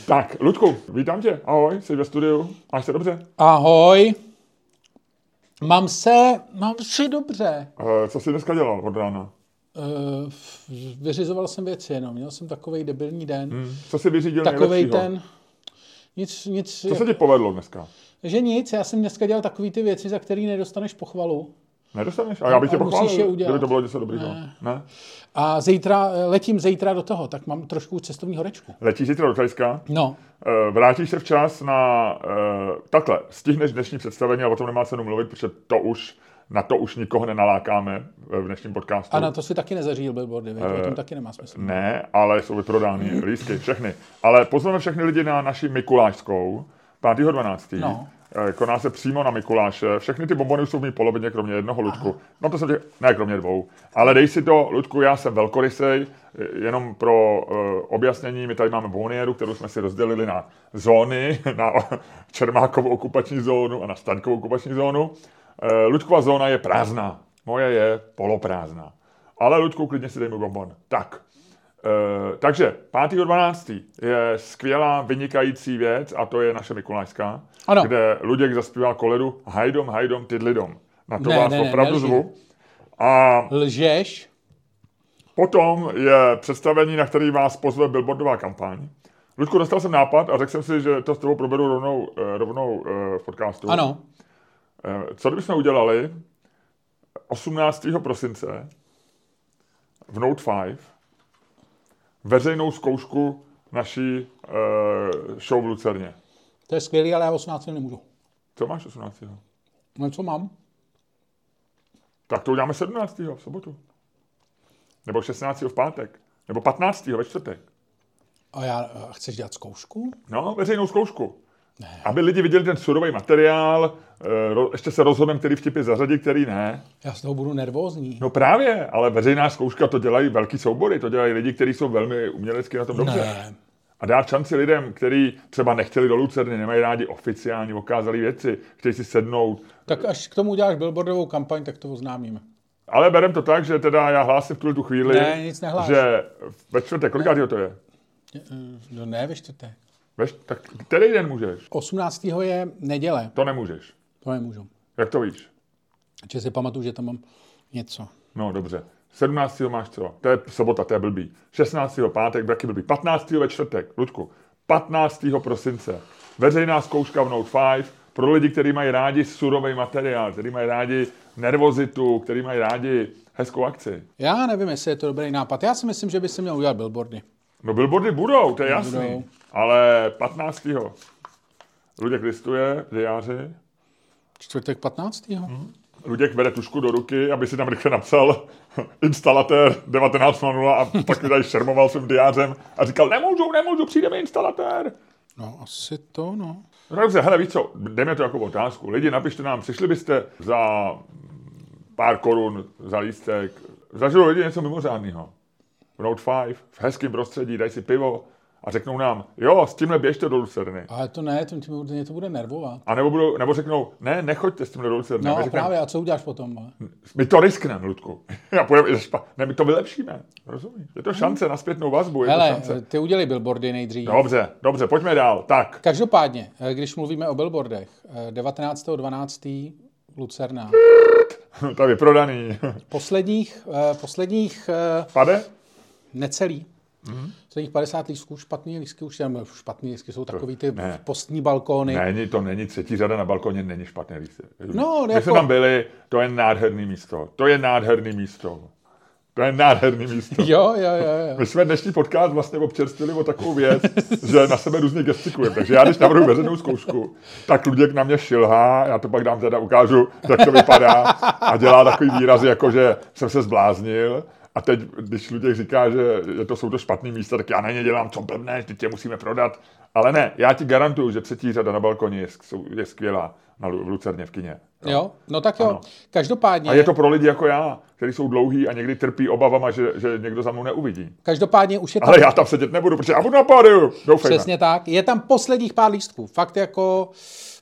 Tak, Luďku, vítám tě. Ahoj, jsi ve studiu. Máš se dobře? Ahoj. Mám se dobře. Co jsi dneska dělal od rána? Vyřizoval jsem věci, no. Měl jsem takovej debilní den. Co jsi vyřídil Takovej nejlepšího? ten... Nic. Co se ti povedlo dneska? Že nic, já jsem dneska dělal takový ty věci, za který nedostaneš pochvalu. Nedostaneš? A já bych tě pochválil, kdyby to bylo něco dobrýho. Ne? A letím zítra do toho, tak mám trošku cestovní horečku. Letíš zítra do Thajska? No. Vrátíš se včas na... takhle, stihneš dnešní představení, ale o tom nemá cenu mluvit, protože na to už nikoho nenalákáme v dnešním podcastu. A na to si taky nezařídil billboardy, o tom taky nemá smysl. Ne, ale jsou vyprodány lístky, všechny. Ale pozveme všechny lidi na naši Mikulášskou, 5.12. No. Koná se přímo na Mikuláše. Všechny ty bombony jsou v mý polovině, kromě jednoho, Luďku. No to jsem ne, kromě dvou. Ale dej si to, Luďku, já jsem velkorysej, jenom pro objasnění, my tady máme Boniéru, kterou jsme si rozdělili na zóny, na Čermákovou okupační zónu a na Staňkovou okupační zónu. Luďkova zóna je prázdná, moje je poloprázdná. Ale Luďku, klidně si dej můj bonbon. Tak. Takže 5.12. je skvělá, vynikající věc a to je naše Mikulášská, kde Luděk zaspívá koledu Hajdom, tydlidom. Na to vás opravdu zvu. A lžeš? Potom je představení, na který vás pozve billboardová kampaň. Luďku, dostal jsem nápad a řekl jsem si, že to s tebou proberu rovnou v podcastu. Ano. Co kdybychom udělali 18. prosince v Note 5 veřejnou zkoušku naší show v Lucerně. To je skvělý, ale já 18. nemůžu. Co máš 18. No co mám? Tak to uděláme 17. v sobotu. Nebo 16. v pátek. Nebo 15. ve čtvrtek. A chceš dělat zkoušku? No, veřejnou zkoušku. Ne. Aby lidi viděli ten surový materiál, ještě se rozhodneme, který vtipy zařadit, který ne. Já z toho budu nervózní. No právě, ale veřejná zkouška, to dělají velký soubory, to dělají lidi, kteří jsou velmi umělecky na tom dobře. Ne. A dát šanci lidem, kteří třeba nechtěli do Lucerny, nemají rádi oficiální okázalé věci, chtějí si sednout. Tak až k tomu uděláš billboardovou kampaň, tak to oznámíme. Ale berem to tak, že teda já hlásím v tu chvíli, ne, nic nehláš. Že ve čtvrtek, kolikátýho to je? No ne, ve čtvrtek. Tak který den můžeš? 18. je neděle. To nemůžeš. To nemůžu. Jak to víš? Čiže si pamatuju, že tam mám něco. No dobře. 17. máš co? To je sobota, to je blbý. 16. pátek, taky blbý. 15. ve čtvrtek, Ludku. 15. prosince. Veřejná zkouška v Note 5 pro lidi, kteří mají rádi surový materiál, kteří mají rádi nervozitu, kteří mají rádi hezkou akci. Já nevím, jestli je to dobrý nápad. Já si myslím, že by se měl udělat billboardy. No billboardy budou, to je jasný. Budou. Ale 15. Luděk listuje v diáři. Čtvrtek 15. Luděk bere tušku do ruky, aby si tam rychle napsal instalatér 1900 a pak tady šermoval svým diářem a říkal, nemůžu, přijde mi instalatér. No, asi to, no. Dobře, hele, víš co, dejme to jako otázku. Lidi, napište nám, přišli byste za pár korun za lístek, zažili lidi něco mimořádného. V Note 5, v hezkém prostředí, dají si pivo a řeknou nám, jo, s tímhle běžte do Lucerny. Ale to ne, to bude nervovat. A nebo řeknou, ne, nechoďte s tímhle do Lucerny. No a právě, a co uděláš potom? My to riskneme, Ludku. Ne, my to vylepšíme. Rozumíš? Je to šance na zpětnou vazbu. Hele, ty udělej billboardy nejdřív. Dobře, pojďme dál. Tak. Každopádně, když mluvíme o billboardech, 19.12. Lucerna. To je vyprodaný. Posledních Pade? Necelý. Celých 50 lístků, špatný lístky jsou takový ty postní balkóny. To není třetí řada na balkoně, není špatný lístek. No, my jsme tam byli, to je nádherný místo. Jo. My jsme dnešní podcast vlastně občerstvili o takovou věc, že na sebe různě gestikulujeme. Takže já, když navrhuji veřejnou zkoušku, tak Luděk na mě šilhá, já to pak dám teda ukážu, jak to vypadá a dělá takový výrazy, jako že jsem se zbláznil. A teď, když Luděk říká, že jsou to špatný místa, tak já na ně dělám, co blbneš, teď tě musíme prodat. Ale ne, já ti garantuju, že třetí řada na balkoně je skvělá v Lucerně v kině. Jo, no tak jo. Ano. Každopádně. A je to pro lidi jako já, kteří jsou dlouhý a někdy trpí obavama, že někdo za mnou neuvidí. Každopádně už je to. Ale já tam sedět nebudu, protože já budu na pódiu. Doufejme. Přesně tak. Je tam posledních pár lístků. Fakt jako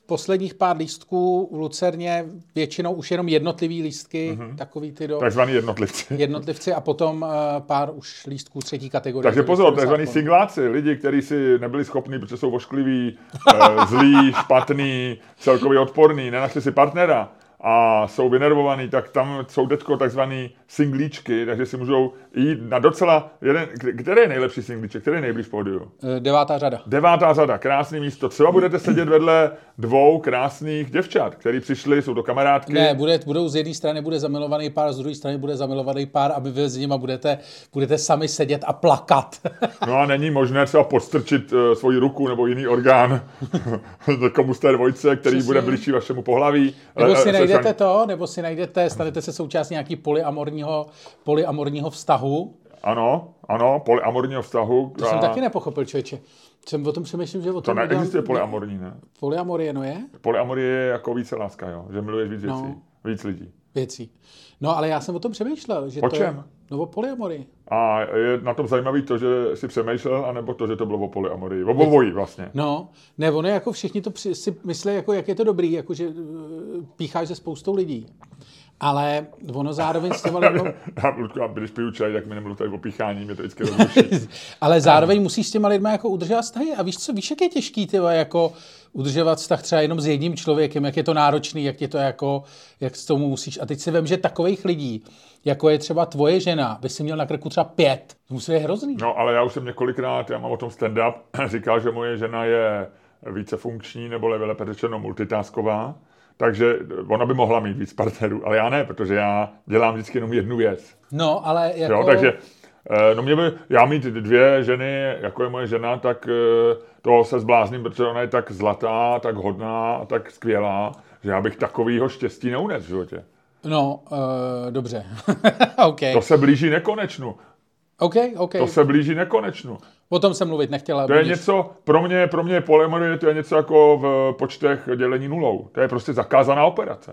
posledních pár lístků v Lucerně většinou už jenom jednotlivý lístky, takový ty takzvaný jednotlivci. Jednotlivci a potom pár už lístků třetí kategorie. Takže pozor, takzvaný singláci, lidi, kteří si nebyli schopni, protože jsou oškliví, zlí, špatný, celkově odporný, nenašli si partnera a jsou vynervovaný, tak tam jsou teďko takzvaný singlíčky, takže si můžou jít na docela který je nejlepší singlíček, který je nejblíž pódiu? 9. řada. 9. řada, krásný místo. Třeba budete sedět vedle dvou krásných děvčat, který přišli, jsou to kamarádky. Ne, budou z jedné strany bude zamilovaný pár, z druhé strany bude zamilovaný pár a vy s nima budete sami sedět a plakat. No a není možné třeba podstrčit svoji ruku nebo jiný orgán někomu z té dvojce, který Přesně. bude blížší vašemu pohlaví. Nebo si najdete, stanete se součástí nějaký polyamorního vztahu. Ano, polyamorního vztahu. To jsem taky nepochopil, člověče. Jsem o tom přemýšlím, že o tom... To neexistuje polyamorní, ne? Polyamorie, no je? Polyamorie je jako více láska, jo? Že miluješ víc věcí, víc lidí. Věcí. No, ale já jsem o tom přemýšlel, že o to čem? je... No, o polyamorii. A je na tom zajímavý to, že jsi přemýšlel, anebo to, že to bylo o polyamorii. O obojí vlastně. No, ne, ono jako všichni to si myslí, jako, jak je to dobrý, jako, že pícháš se spoustou lidí. Ale ono zároveň s těma lidmi... Když piju čaj, tak mi nemluv tady o píchání, mě to vždycky rozruší. Ale zároveň musíš s těma lidmi jako udržovat vztahy. A víš, jak je těžký jako udržovat vztah třeba jenom s jedním člověkem, jak je to náročný, jak s tomu musíš. A teď si vem, že takových lidí, jako je třeba tvoje žena, by si měl na krku třeba 5. To musí být hrozný. No, ale já už jsem několikrát, já mám o tom stand-up, říkal, že moje žena je více funkční, nebo lépe řečeno multitasková. Takže ona by mohla mít víc partnerů, ale já ne, protože já dělám vždycky jenom jednu věc. No, ale jako... Jo, takže já mít 2 ženy, jako je moje žena, tak to se zblázním, protože ona je tak zlatá, tak hodná a tak skvělá, že já bych takovýho štěstí neunesl v životě. No, dobře. Okay. To se blíží nekonečnu. Okay. To se blíží nekonečnu. O tom jsem mluvit nechtěla. To je něco, pro mě polyamorie, to je něco jako v počtech dělení nulou. To je prostě zakázaná operace.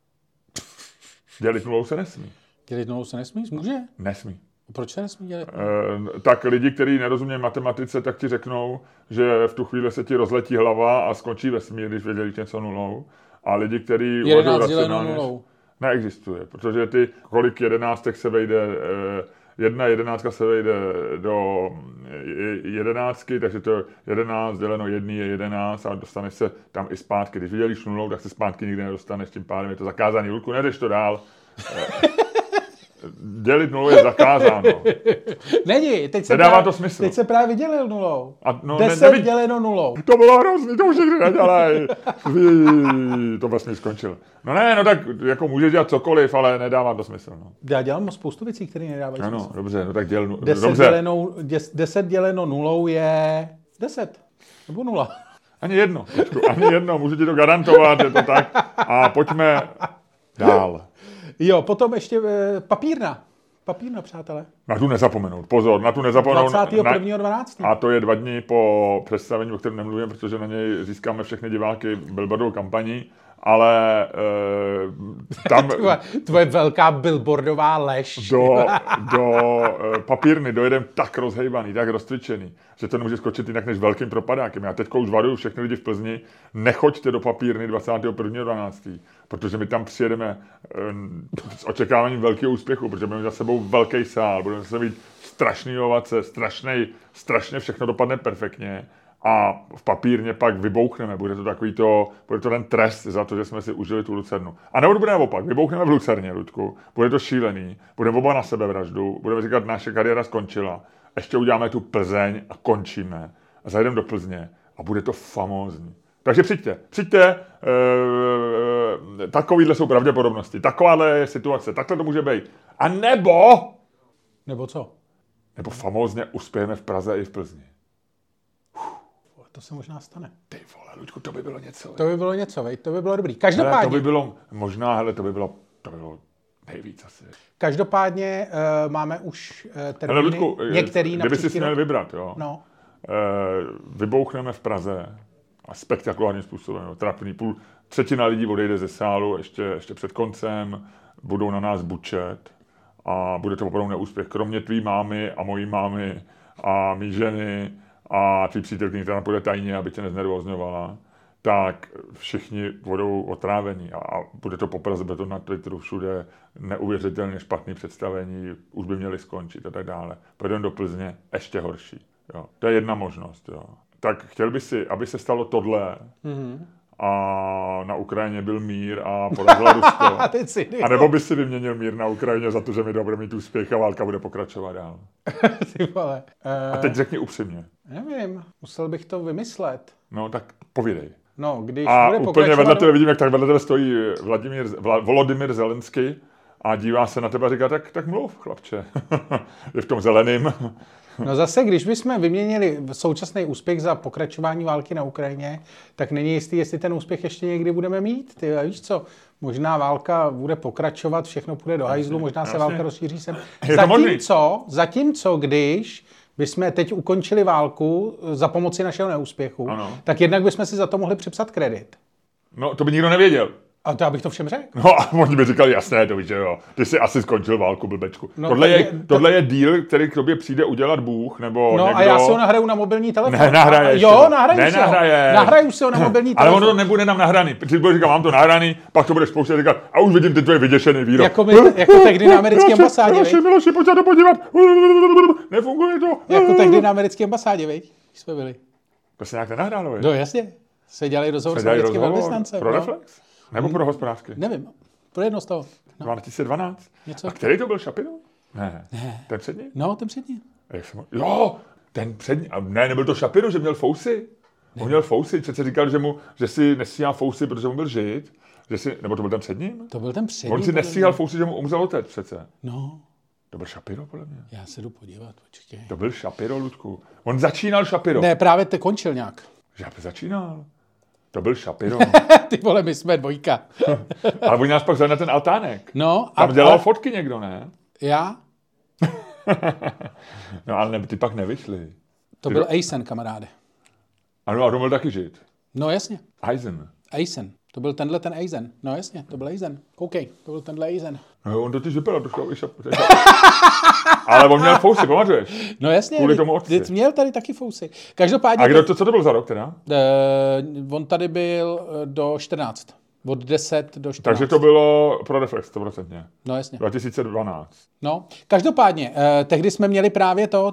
Dělit nulou se nesmí. Dělit nulou se nesmí? Může? Nesmí. Proč se nesmí dělit? Tak lidi, kteří nerozumějí matematice, tak ti řeknou, že v tu chvíli se ti rozletí hlava a skončí vesmír, když dělíš něco nulou. A lidi, kteří uvažují racionálně, neexistuje, protože kolik 11 se vejde, 1/11 se vejde do 11, takže to 11 děleno 1 je 11 a dostaneš se tam i zpátky. Když vydělíš nulou, tak se zpátky nikdy nedostaneš, tím pádem je to zakázaný. Luďku, nejdeš to dál. Dělit nulou je zakázáno. Není, nedává to smysl. Teď se právě vydělil nulou. 10 děleno nulou. To bylo hrozný, to už nikdy nedělej. To vlastně skončilo. No tak jako můžeš dělat cokoliv, ale nedává to smysl. No. Já dělám spoustu věcí, které nedávají smysl. Ano, dobře, no tak děl 10 děleno nulou je 10. Nebo 0. Ani jedno, můžu ti to garantovat, je to tak. A pojďme dál. Jo, potom ještě papírna. Papírna, přátelé. Na tu nezapomenout. Pozor, na tu nezapomenout. 21.12. A to je 2 dny po představení, o kterém nemluvím, protože na něj získáme všechny diváky billboardovou kampaní. Ale tam... Tvoje velká billboardová lež. Do papírny dojedem tak rozhejbaný, tak rozcvičený, že to nemůže skočit jinak než velkým propadákem. Já teďko už varuju všechny lidi v Plzni, nechoďte do papírny 21.12., protože my tam přijedeme s očekáváním velkého úspěchu, protože budeme za sebou velký sál, budeme zase mít strašný ovace, strašně všechno dopadne perfektně. A v papírně pak vybouchneme. Bude to ten trest za to, že jsme si užili tu Lucernu. A nebo budeme opak. Vybouchneme v Lucerně, Ludku. Bude to šílený. Budeme oba na sebevraždu. Budeme říkat, naše kariéra skončila. Ještě uděláme tu Plzeň a končíme. A zajdeme do Plzně. A bude to famózní. Takže přijďte. Takovýhle jsou pravděpodobnosti. Takováhle je situace. Takhle to může být. A nebo co? Nebo famózně uspějeme v Praze i v Plzni. To se možná stane. Ty vole, Luďku, to by bylo něco. To by bylo dobrý. Každopádně. To by bylo nejvíc asi. Každopádně máme už termíny, Luďku, některý na kdyby si měl vybrat, jo. No. Vybouchneme v Praze a spektakulárním způsobem, trapný. Třetina lidí odejde ze sálu ještě před koncem, budou na nás bučet a bude to opravdu neúspěch. Kromě tvý mámy a mojí mámy a mý ženy a tvý přítelkyně, která půjde tajně, aby tě neznervozňovala, tak všichni budou otrávení a bude to po Praze, bude to na Twitteru všude neuvěřitelně špatné představení, už by měli skončit a tak dále. Pojedeme do Plzně, ještě horší. Jo. To je jedna možnost. Jo. Tak chtěl by si, aby se stalo tohle a na Ukrajině byl mír a porazila Rusko. A nebo by si vyměnil mír na Ukrajině za to, že my bude mít úspěch a válka bude pokračovat dál. Ty vole. A teď řekni upřímně. Nevím, musel bych to vymyslet. No tak povídej. No, když a bude úplně vedle tebe vidím, jak tak vedle tebe stojí Volodymyr Zelenský a dívá se na tebe a říká, tak mluv, chlapče. Je v tom zeleným. No zase, když bychom vyměnili současný úspěch za pokračování války na Ukrajině, tak není jistý, jestli ten úspěch ještě někdy budeme mít. Ty víš co, možná válka bude pokračovat, všechno půjde do hajzlu, možná se válka rozšíří sem. Zatímco, když bychom teď ukončili válku za pomoci našeho neúspěchu, tak jednak bychom si za to mohli připsat kredit. No, to by nikdo nevěděl. A to já bych to všem řekl. No a oni by říkali, jasné, to víš, že jo. Ty jsi asi skončil válku, blbečku. No, tohle je deal, který k tobě přijde udělat Bůh, nebo no, někdo. a já si ho nahraju na mobilní telefon. Nenahraješ. Jo, nahraju si ho na mobilní telefon. Ale ono to nebude nám nahraný. Ty budeš říkat, mám to nahraný, pak to budeš pouštět a říkat, a už vidím ty tvoje vyděšený výrok. Jako tehdy na americké ambasádě, Miloši, pojď se to podívat. Nefunguje to. Jako tehdy na americké ambasádě, viď? Jsme byli. To se nějak nenahrálo, viď? No jasně. Se dělali rozhovor s americkým velvyslancem. Pro Reflex? Nebo pro Hospodářský? Nevím. Pro jedno z toho. 2012? Něco. A který to byl Šapino? Ne. Ten přední? No, ten přední. Jo, ten přední. Ne, nebyl to Šapino, že měl fousy. On měl fousy. Přece říkal, že si nestíhal fousy, protože mu byl žid. Nebo to byl ten přední? To byl ten přední. On si nestíhal fousy, že mu umřel otec přece. No. To byl Šapiro, podle mě. Já se jdu podívat, počkej. To byl Šapiro, Ludku. On začínal Šapiro. Ne, právě te končil nějak. Že začínal. To byl Šapiro. Ty vole, my jsme dvojka. Ale oni nás pak vzali na ten altánek. No. Tam dělal fotky někdo, ne? Já? No ale ty pak nevyšli. To byl Eisen, kamaráde. Ano, a to byl taky žid. No jasně. Eisen. To byl ten Eisen. No jasně, to byl Eisen. Koukej, to byl tenhle Eisen. No on totiž vypadal trošku ale on měl fousy, pamatuješ? No jasně. Kvůli tomu otci. Měl tady taky fousy. Každopádně... A co to byl za rok teda? On tady byl do 14. Od 10 do 14. Takže to bylo pro Reflex 100%. No jasně. 2012. No, každopádně, tehdy jsme měli právě to,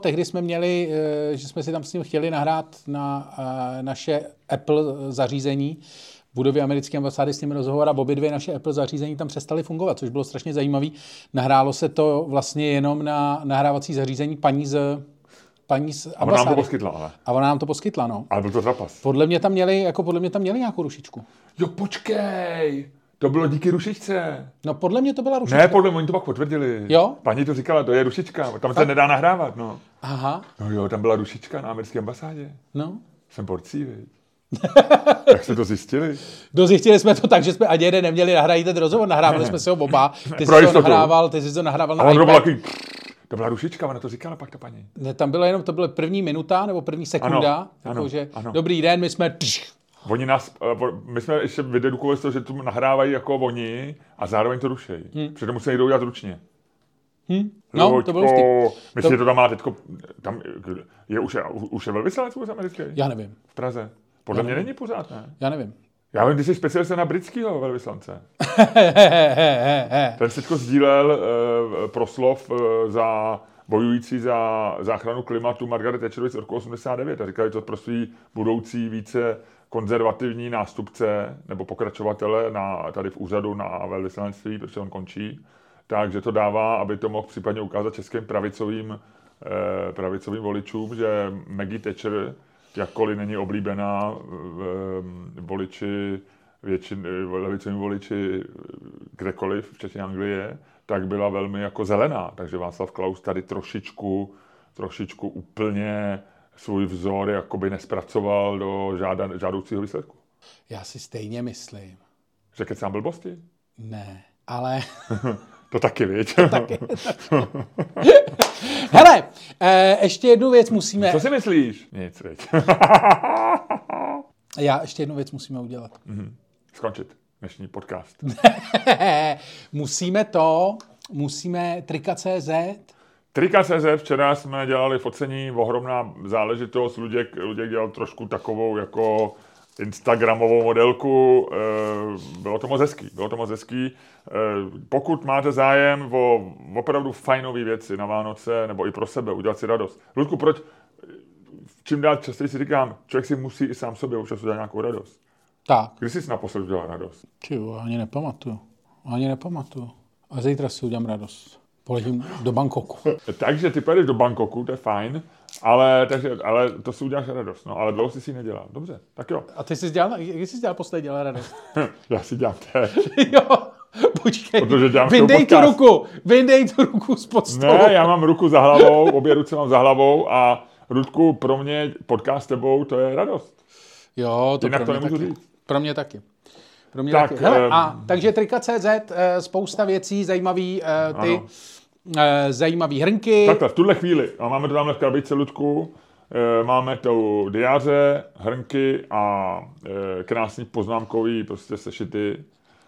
že jsme si tam s ním chtěli nahrát na naše Apple zařízení, v budově americké ambasády s nimi rozhovor a obě dvě naše Apple zařízení tam přestaly fungovat, což bylo strašně zajímavé. Nahrálo se to vlastně jenom na nahrávací zařízení paní z ambasády. A ona nám to poskytla, ale. A ona nám to poskytla, no. Ale byl to trapas. Podle mě tam měli nějakou rušičku. Jo, počkej. To bylo díky rušičce. No podle mě to byla rušička. Ne, podle mě oni to pak potvrdili. Jo? Paní to říkala, to je rušička, tam se nedá nahrávat, no. Aha. No jo, tam byla rušička na americké ambasádě. No. Jsem porcí, viď. Jak jste to zjistili? Zjistili jsme to tak, že jsme ani jeden neměli nahrát ten rozhovor, nahrávali jsme si ho oba. Ty jsi to nahrával na iPad. To byla rušička, ona to říkala pak ta paní. Ne, tam bylo jenom, to byla první minuta nebo první sekunda. Ano. Dobrý den, my jsme... My jsme ještě vydedukovali z toho, že tu nahrávají jako oni a zároveň to rušejí. Protože to musí někdo udělat ručně. No, to bylo Myslím, že to tam má teďko... Už je velvyslanec vůbec americký? Já nevím. V Praze. Podle mě není pořád, ne? Já nevím. Já vím, ty jsi specialista na britského velvyslance. Ten se teďko sdílel proslov bojující za záchranu klimatu Margaret Thatcherovi z roku 89 a říkali to pro svý budoucí více konzervativní nástupce nebo pokračovatele tady v úřadu na velvyslanectví, protože on končí. Takže to dává, aby to mohl případně ukázat českým pravicovým voličům, že Maggie Thatcher, jakkoliv není oblíbená levicovým voliči kdekoliv, včetně Anglie, tak byla velmi jako zelená. Takže Václav Klaus tady trošičku úplně svůj vzor jakoby nespracoval do žádoucího výsledku. Já si stejně myslím. Že kecám blbosti? Ne, ale... To taky, viď? Hele, ještě jednu věc musíme... Co si myslíš? Nic, viď? Já ještě jednu věc musíme udělat. Skončit dnešní podcast. Musíme Trika.cz. Trika.cz, včera jsme dělali focení, ohromná záležitost, Luděk dělal trošku takovou jako instagramovou modelku. Bylo to moc hezký. Pokud máte zájem o opravdu fajnové věci na Vánoce, nebo i pro sebe, udělat si radost. Ludku, proč čím dál častěji si říkám, člověk si musí i sám sobě občas udělat nějakou radost. Tak. Kdy jsi naposled udělal radost? Ani nepamatuju. A zítra si udělám radost. Poletím do Bangkoku. Takže ty pojedeš do Bangkoku, to je fajn, ale to si uděláš radost. No, ale dlouho si ji nedělal. Dobře, tak jo. A ty jsi dělal posledně dělal radost? Já si dělám teď. Jo, počkej. Vyndej tu ruku spod stolu. Ne, já mám ruku za hlavou, obě ruce mám za hlavou a Rudku, pro mě podcast s tebou, to je radost. Jo, to jinak pro to mě nemůžu taky. říct. Pro mě taky. Hele, takže Trika.cz, spousta věcí, zajímavý hrnky. Takhle, v tuhle chvíli, a máme to tamhle v krabičce, Ludku, máme tu diáře, hrnky a krásný poznámkový prostě sešity.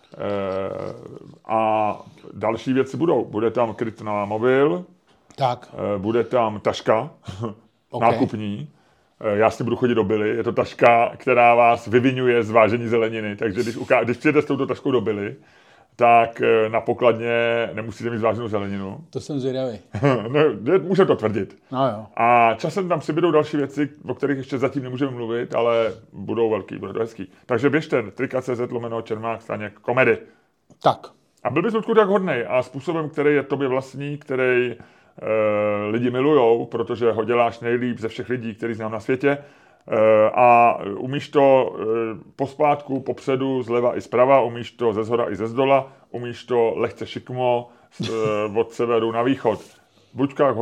A další věci budou. Bude tam kryt na mobil, tak. Bude tam taška, nákupní. Já s tím budu chodit do Billy. Je to taška, která vás vyvinuje z vážení zeleniny. Takže když přijete s touto taškou do Billy, tak na pokladně nemusíte mít zváženou zeleninu. To jsem zvědavý. Můžu to tvrdit. No jo. A časem tam přibydou další věci, o kterých ještě zatím nemůžeme mluvit, ale budou velký, bude to hezký. Takže běžte, Trika.cz/Čermák Staněk komedy. Tak. A byl bys Ludku tak hodnej a způsobem, který je tobě vlastní, který lidi milujou, protože ho děláš nejlíp ze všech lidí, který znám na světě. A umíš to pospátku, popředu, zleva i zprava, umíš to ze zhora i ze zdola, umíš to lehce šikmo od severu na východ. Buďka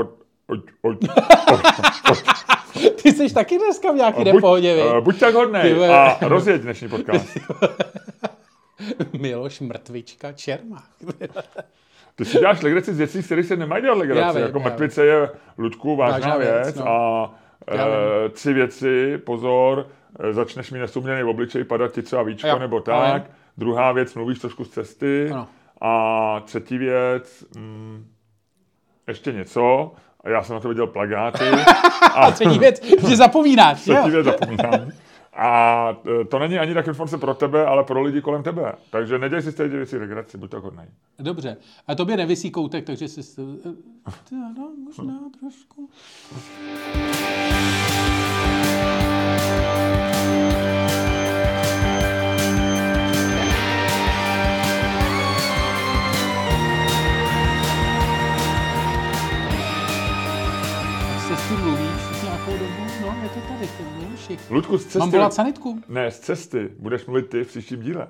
Ty jsi taky dneska v nějaký nepohodě, buď tak hodnej a rozjeď dnešní podcast. Miloš Mrtvička Čermák. Ty si děláš legraci z věcí, z kterých se nemají dělat legraci. Jako mrtvice je, Ludku, vážná věc. No. A 3 věci, pozor, začneš mi nesouměrný v obličeji padat ti třeba víčko nebo tak. Druhá věc, mluvíš trošku z cesty. Ano. A třetí věc, ještě něco. A já jsem na to viděl plakáty. A třetí věc, že zapomínáš. Třetí věc zapomínám. A to není ani tak informace pro tebe, ale pro lidi kolem tebe. Takže neděj si z té věci legraci, buď tak hodnej. Dobře. A tobě nevisí koutek, takže si... možná trošku... Ty mluvíš nějakou dobu? No, je to tady, ty mluvíš. Ludku, z cesty... Mám volat sanitku? Ne, z cesty. Budeš mluvit ty v příštím díle.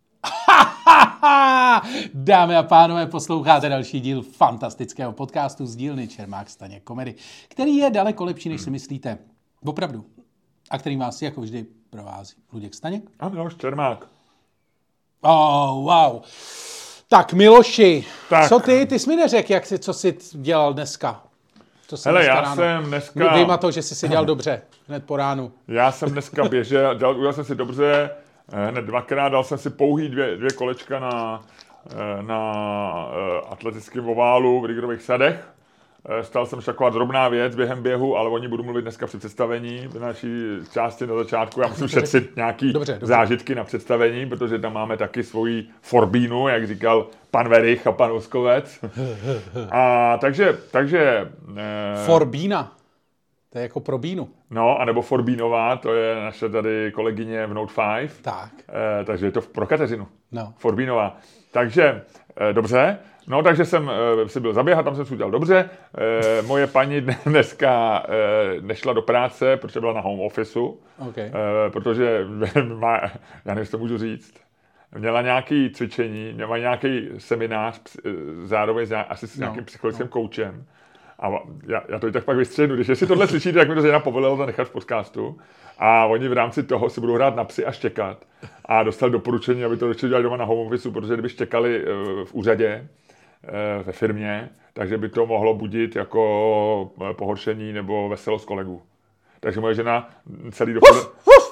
Dámy a pánové, posloucháte další díl fantastického podcastu z dílny Čermák Staněk komedy, který je daleko lepší, než si myslíte. Opravdu. A který vás jako vždy provází Luděk Staněk. A Miloš Čermák. Oh, wow. Tak, Miloši, tak. Co ty? Ty jsi mi neřekl, co jsi dělal dneska. Hele, já jsem dneska... Vyjma to, že jsi si dělal dobře, hned po ránu. Já jsem dneska běžel, udělal jsem si dobře, hned 2krát, dal jsem si pouhý dvě kolečka na atletickém oválu v Rigrových sadech. Stal jsem taková drobná věc během běhu, ale o ní budu mluvit dneska při představení v naší části na začátku. Já musím šetřit nějaký zážitky na představení, protože tam máme taky svoji forbínu, jak říkal pan Verich a pan Oskovec. A takže forbína. To je jako pro bínu. No, anebo Forbínová, to je naše tady kolegyně v Note 5. Tak. Takže je to pro Kateřinu. No. Forbínová. Takže, dobře. No, takže jsem si byl zaběhat, tam jsem si udělal dobře. Moje paní dneska nešla do práce, protože byla na home officeu. Okay. Protože, já nevím, jestli to můžu říct, měla nějaké cvičení, měla nějaký seminář, zároveň asi s nějakým psychologickým koučem. A já to i tak pak vystřihnu, když jestli tohle slyšíte, jak mi to Zena povolila to nechat v podcastu. A oni v rámci toho si budou hrát na psy a štěkat. A dostali doporučení, aby to ještě dělali doma na home officeu, protože kdyby štěkali v úřadě, ve firmě, takže by to mohlo budit jako pohoršení nebo veselost kolegů. Takže moje žena celý dopoledne...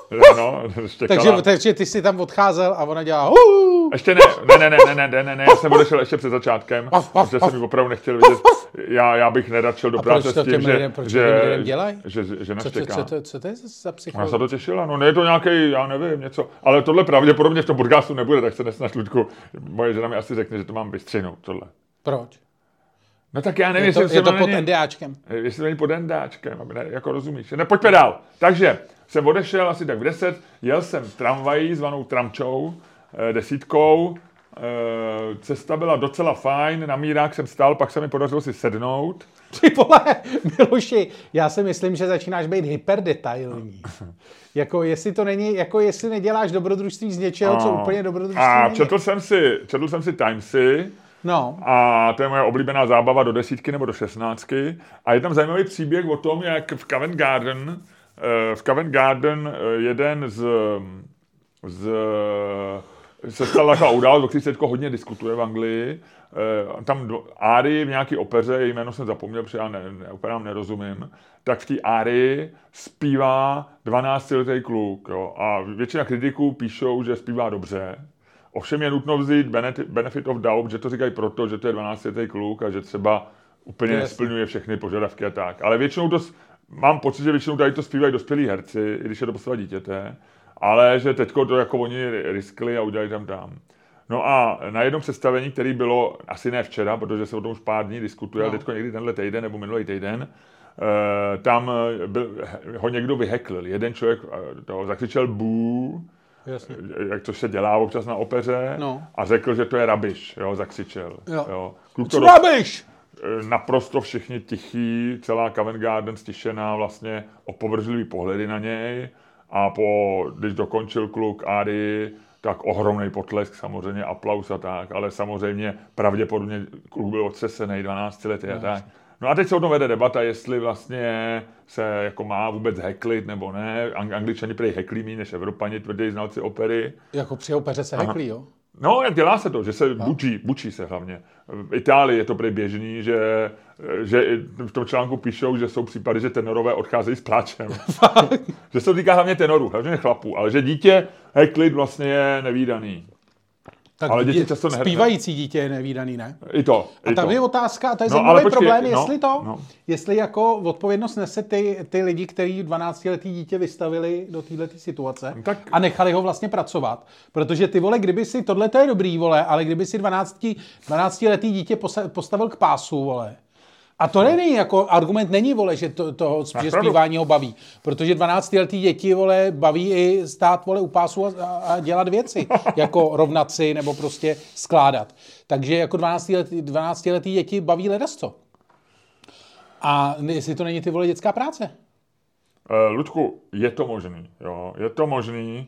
No, takže ty jsi tam odcházel a ona dělala Ještě ne, já jsem odešel ještě před začátkem, protože jsem ji opravdu nechtěl vidět. Já bych nerad šel do práce s tím, že naštěká. Co to je za psycholog? Já se to těšila, no je to nějaký, já nevím, něco, ale tohle pravděpodobně v tom podcastu nebude, tak se nesnaž, Luďku. Moje žena mi asi řekne, že to mám vystřihnout, tohle. Proč? No tak já nevím, je to pod NDAčkem. Jestli to není pod NDAčkem, jako rozumíš. Ne, pojďme dál. Takže jsem odešel asi tak v 10, jel jsem tramvají zvanou tramčou, 10. Cesta byla docela fajn, na mírách jsem stál, pak se mi podařilo si sednout. Ty vole, Miloši, já si myslím, že začínáš být hyperdetailní. Jako jestli to není, jako jestli neděláš dobrodružství z něčeho, co úplně dobrodružství není. Četl jsem si Timesy. No. A to je moje oblíbená zábava do 10 nebo do 16. A je tam zajímavý příběh o tom, jak v Covent Garden jeden se stala taková událost, o který se hodně diskutuje v Anglii. Tam Árii v nějaký opeře, její jméno jsem zapomněl, protože já operám nerozumím, tak v té Árii zpívá 12letý kluk. Jo? A většina kritiků píšou, že zpívá dobře. Ovšem je nutno vzít benefit of doubt, že to říkají proto, že to je 12letý kluk a že třeba úplně nesplňuje všechny požadavky a tak. Ale většinou mám pocit, že většinou tady to zpívají dospělí herci, i když je to postava dítěte, ale že teďko to jako oni riskli a udělali tam. No a na jednom představení, který bylo asi ne včera, protože se o tom už pár dní diskutuje, ale teďko někdy tenhle týden nebo minulý týden, tam ho někdo vyheklil. Jeden člověk toho zakřičel bů, jak to se dělá občas na opeře, a řekl, že to je rubbish, jo, zakřičel. Jo. Rubbish! Naprosto všichni tichý, celá Covent Garden stišená, vlastně opovržlivý pohledy na něj a když dokončil kluk Árii, tak ohromný potlesk, samozřejmě aplaus a tak, ale samozřejmě pravděpodobně kluk byl otřesený, 12 lety a tak. No a teď se o tom vede debata, jestli vlastně se jako má vůbec heklit nebo ne. Angličani prý heklí méně než Evropani, tvrdí znalci opery. Jako při opeře se heklí, jo? No, jak dělá se to, že se bučí se hlavně. V Itálii je to prý běžný, že v tom článku píšou, že jsou případy, že tenorové odcházejí s pláčem. Že se to týká hlavně tenorů, hlavně chlapů, ale že dítě heklit vlastně je nevídaný. Tak ale děti často zpívající dítě je nevídaný, ne? I to. A tam je otázka, a to je zajímavý problém, jestli jako odpovědnost nese ty lidi, kteří 12letý dítě vystavili do této situace a nechali ho vlastně pracovat. Protože ty vole, kdyby si, tohle to je dobrý, vole, ale kdyby si 12letý dítě postavil k pásu, vole, a to není jako argument, není, vole, že že zpívání ho baví. Protože 12letý děti, vole, baví i stát, vole, u pásu a dělat věci. Jako rovnat si nebo prostě skládat. Takže jako 12letý děti baví ledasco. A jestli to není, ty vole, dětská práce. Ludku, je to možný, jo, je to možný.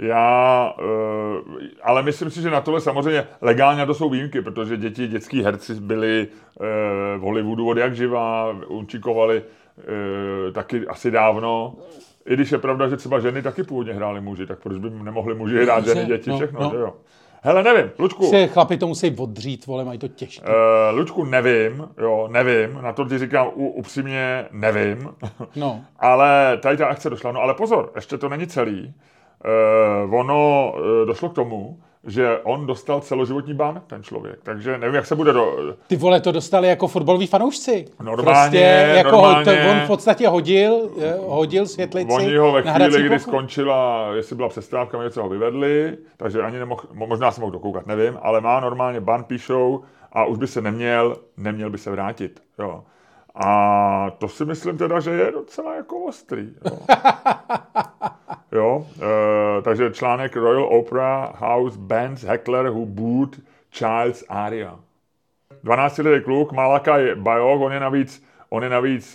Ale myslím si, že na tohle samozřejmě legálně to jsou výjimky, protože dětský herci byli v Hollywoodu od jak živá, unčikovali taky asi dávno. I když je pravda, že třeba ženy taky původně hrály muži, tak proč by nemohli muži hrát ženy, děti, všechno, že jo? Hele, nevím, Luďku. Chlapi to musí odřít, vole, mají to těžké. Luďku, nevím, na to ti říkám upřímně nevím. No. Ale tady ta akce došla, ale pozor, ještě to není celý. Došlo k tomu, že on dostal celoživotní ban, ten člověk. Takže nevím, jak se bude Ty vole, to dostali jako fotbaloví fanoušci. Normálně. On v podstatě hodil světlici. Oni ho ve chvíli, kdy skončila, jestli byla přestávka, něco ho vyvedli, takže ani možná se mohl dokoukat, nevím, ale má normálně ban, píšou, a už by se neměl by se vrátit. Jo. A to si myslím teda, že je docela jako ostrý. Jo. Takže článek Royal Opera House bans heckler who booed child's aria. 12letý kluk, Malakai Bajok, on je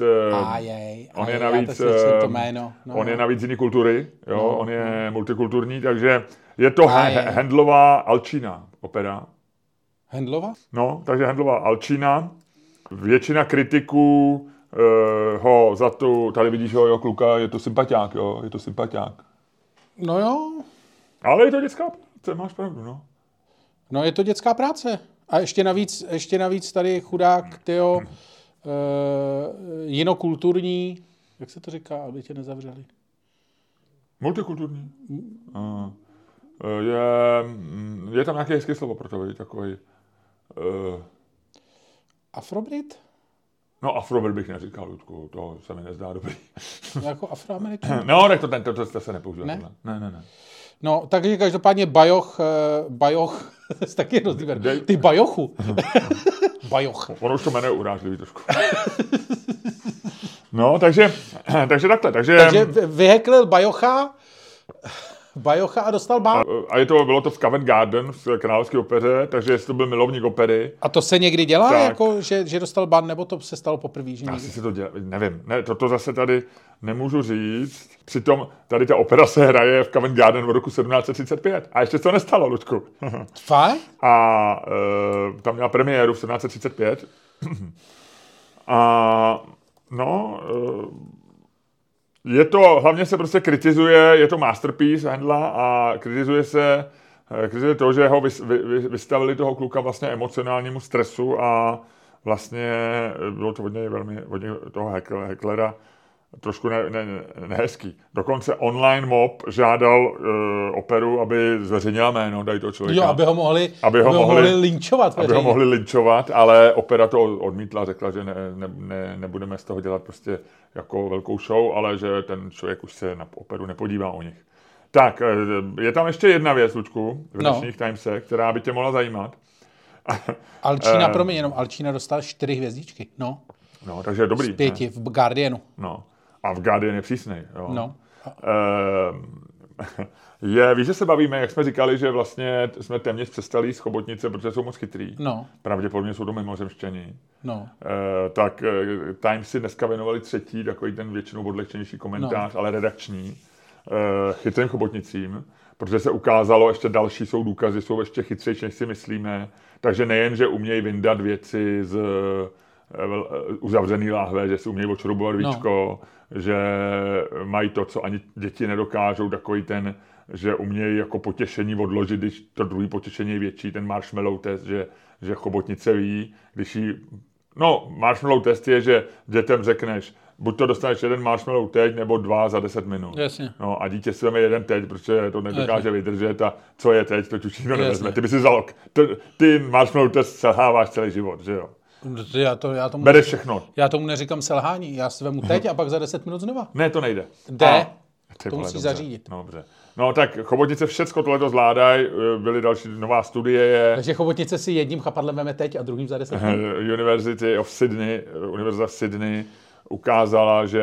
navíc z jiné kultury, jo, on je multikulturní, takže je to Handlová Alčina opera. Handlova? No, takže Handlová Alčina. Většina kritiků ho za tu, tady vidíš ho, kluka, je to sympatiák, jo, je to sympatiák. No jo. Ale je to dětská práce, máš pravdu, no. No je to dětská práce. A ještě navíc tady chudák, tyjo, jinokulturní, jak se to říká, aby tě nezavřeli? Multikulturní. Je tam nějaké hezké slovo pro to, viď? Takový... Afrobrit? No, Afrobrit bych neříkal, Ludku, to se mi nezdá dobrý. Jako Afroameričan? No, tak to se nepoužívá. Ne? Ne. No, takže každopádně Bajoch, to taky rozdíl. Ty Bajochu. Bajoch. Ono už to jmenuje urážlivý trošku. No, takže takhle. Takže vyheklil Bajocha a dostal ban. A bylo to v Covent Garden v Královské opeře, takže jestli to byl milovník opery. A to se někdy dělá, tak, jako, že dostal ban, nebo to se stalo poprvé? Že asi se to dělá, nevím. Ne, to zase tady nemůžu říct. Přitom tady ta opera se hraje v Covent Garden v roku 1735. A ještě se to nestalo, Luďku. Fakt? A tam měla premiéru v 1735. A no... hlavně se prostě kritizuje, je to masterpiece Handla a kritizuje to, že ho vystavili toho kluka vlastně emocionálnímu stresu a vlastně bylo to hodně toho Hecklera trošku nehezký. Dokonce online mob žádal operu, aby zveřejnila jméno dají toho člověka. Jo, aby ho mohli linčovat. Aby ho mohli linčovat, ale opera to odmítla, řekla, že nebudeme z toho dělat prostě jako velkou show, ale že ten člověk už se na operu nepodívá o nich. Tak, je tam ještě jedna věc, Lučku, v dnešních Timesech, která by tě mohla zajímat. Alčína dostal 4 hvězdičky, no. No, takže je dobrý. Z 5 v Guardianu. No. A v Guardian je přísnej. Jo. No. Víš, že se bavíme, jak jsme říkali, že vlastně jsme téměř přestali z Chobotnice, protože jsou moc chytrý. No. Pravděpodobně jsou to mimozemšťani. No. Tak Times si dneska věnovali 3. takový ten většinou odlehčenější komentář, ale redakční, chytrým Chobotnicím, protože se ukázalo, ještě další jsou důkazy, jsou ještě chytřejší, než si myslíme. Takže nejen, že umějí vyndat věci z uzavřený láhve, že si umějí odšroubovat víčko, že mají to, co ani děti nedokážou, takový ten, že umějí jako potěšení odložit, když to druhý potěšení je větší, ten marshmallow test, že Chobotnice ví, když jí... No, marshmallow test je, že dětem řekneš, buď to dostaneš jeden marshmallow teď, nebo 2 za 10 minut. Jasně. No a dítě si veme jeden teď, protože to nedokáže vydržet a co je teď, to už nikdo nevezme. Ty by si vzal, ty marshmallow test selháváš celý život, že jo? Bereš všechno. Já tomu neříkám selhání, já si vemu teď a pak za 10 minut znova. Ne, to nejde. To musíš zařídit. Dobře. No tak Chobotnice všecko tohleto zvládají, byly další nová studie. Takže Chobotnice si jedním chapadlem veme teď a druhým za 10 minut. Univerzita v Sydney ukázala, že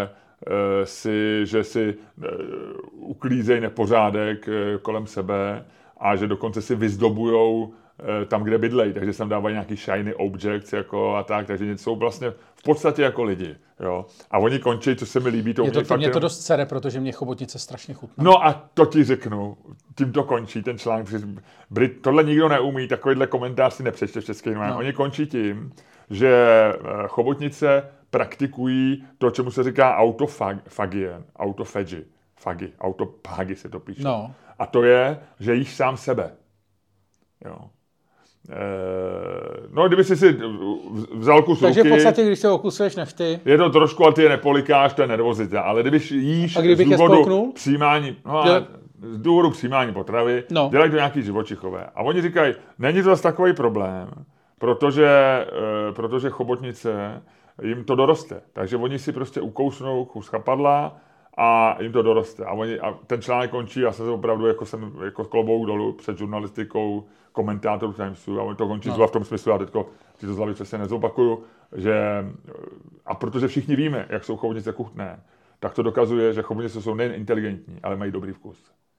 si uklízejí nepořádek kolem sebe a že dokonce si vyzdobujou tam, kde bydlejí, takže se tam dávají nějaký shiny objects jako a tak, takže jsou vlastně v podstatě jako lidi, jo. A oni končí, co se mi líbí, mě to dost sere, protože mě Chobotnice strašně chutná. No a to ti řeknu, tím to končí ten článek, tohle nikdo neumí, takovýhle komentář si nepřečte v české novině. Oni končí tím, že Chobotnice praktikují to, čemu se říká autophagy se to píše. No. A to je, že jíš sám sebe. Jo. No, kdyby si vzal kus takže ruky... Takže v podstatě, když se okusuješ nechty... Je to trošku, ale ty je nepolikáš, to je nervozita. Ale když jíš z důvodu přijímání... z důvodu přijímání potravy, dělají to nějaký živočichové. A oni říkají, není to zase takový problém, protože Chobotnice jim to doroste. Takže oni si prostě ukousnou kus chapadla a jim to doroste. A ten článek končí, já se opravdu jako klobouk dolů před žurnalistikou komentátorů Timesu a oni to končí zhruba v tom smyslu, já teďko si to z hlavy přesně nezopakuju, že a protože všichni víme, jak jsou Chobotnice chutné, tak to dokazuje, že Chobotnice jsou nejen inteligentní, ale mají dobrý vkus.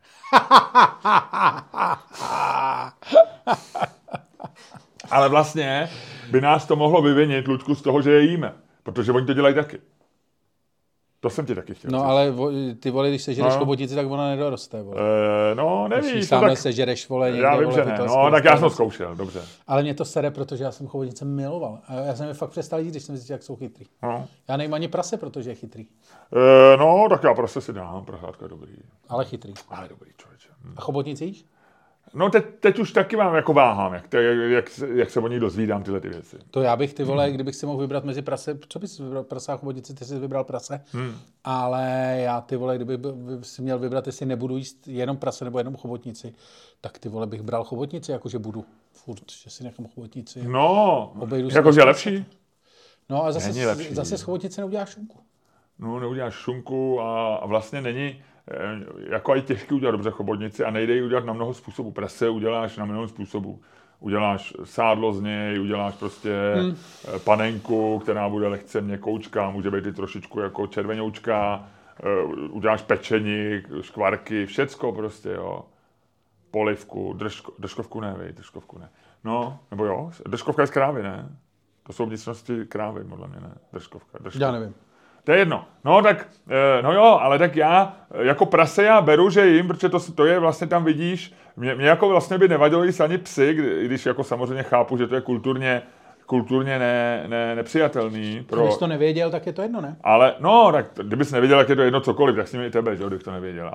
Ale vlastně by nás to mohlo vyvinit, Luďku, z toho, že je jíme, protože oni to dělají taky. To jsem ti taky chtěl. No, ale ty vole, když sežereš Chobotnici, tak ona nedoroste, vole. No, nevíš. Když tak... sežereš, vole, někde, já vím, vole, že ne. No, tak já jsem zkoušel, dobře. Ale mě to sere, protože já jsem Chobotnice miloval. A já jsem je fakt přestal jíst, když jsem zjistil, jak jsou chytrý. No. Já nejím ani prase, protože je chytrý. No, tak já prase si dám, prasátka je dobrý. Ale chytrý. Ale dobrý, člověče. A Chobotnici jíš? No teď už taky mám jako váhám, jak se o ní dozvídám tyhle ty věci. To já bych, ty vole, kdybych si mohl vybrat mezi prase, co bys vybral, prase a chobotnici, ty jsi vybral prase, ale já, ty vole, kdybych si měl vybrat, jestli nebudu jíst jenom prase nebo jenom chobotnici, tak ty vole bych bral chobotnici, jakože budu furt, že si nechám chobotnici. No, jakože je lepší. No a zase z chobotnice neuděláš šunku. No, neuděláš šunku a vlastně není, jako i těžký udělat dobře chobotnici a nejde ji udělat na mnoho způsobů. Prase uděláš na mnoho způsobů. Uděláš sádlo z něj, uděláš prostě panenku, která bude lehce měkoučka, může být i trošičku jako červenoučka, uděláš pečení, škvarky, všecko prostě, jo. Polivku, držkovku ne. No, nebo jo, držkovka je z krávy, ne? To jsou vnitřnosti krávy, podle mě, ne? Držkovka. Já nevím. To je jedno. No tak, no jo, ale tak já jako prase já beru, že jim, protože to je vlastně tam vidíš, mě jako vlastně by nevadilo jíst ani psy, když jako samozřejmě chápu, že to je kulturně nepřijatelný. Když jsi to nevěděl, tak je to jedno, ne? Ale, no, tak kdybys nevěděl, tak je to jedno cokoliv, tak s nimi i tebe, že jo, kdybych to nevěděl.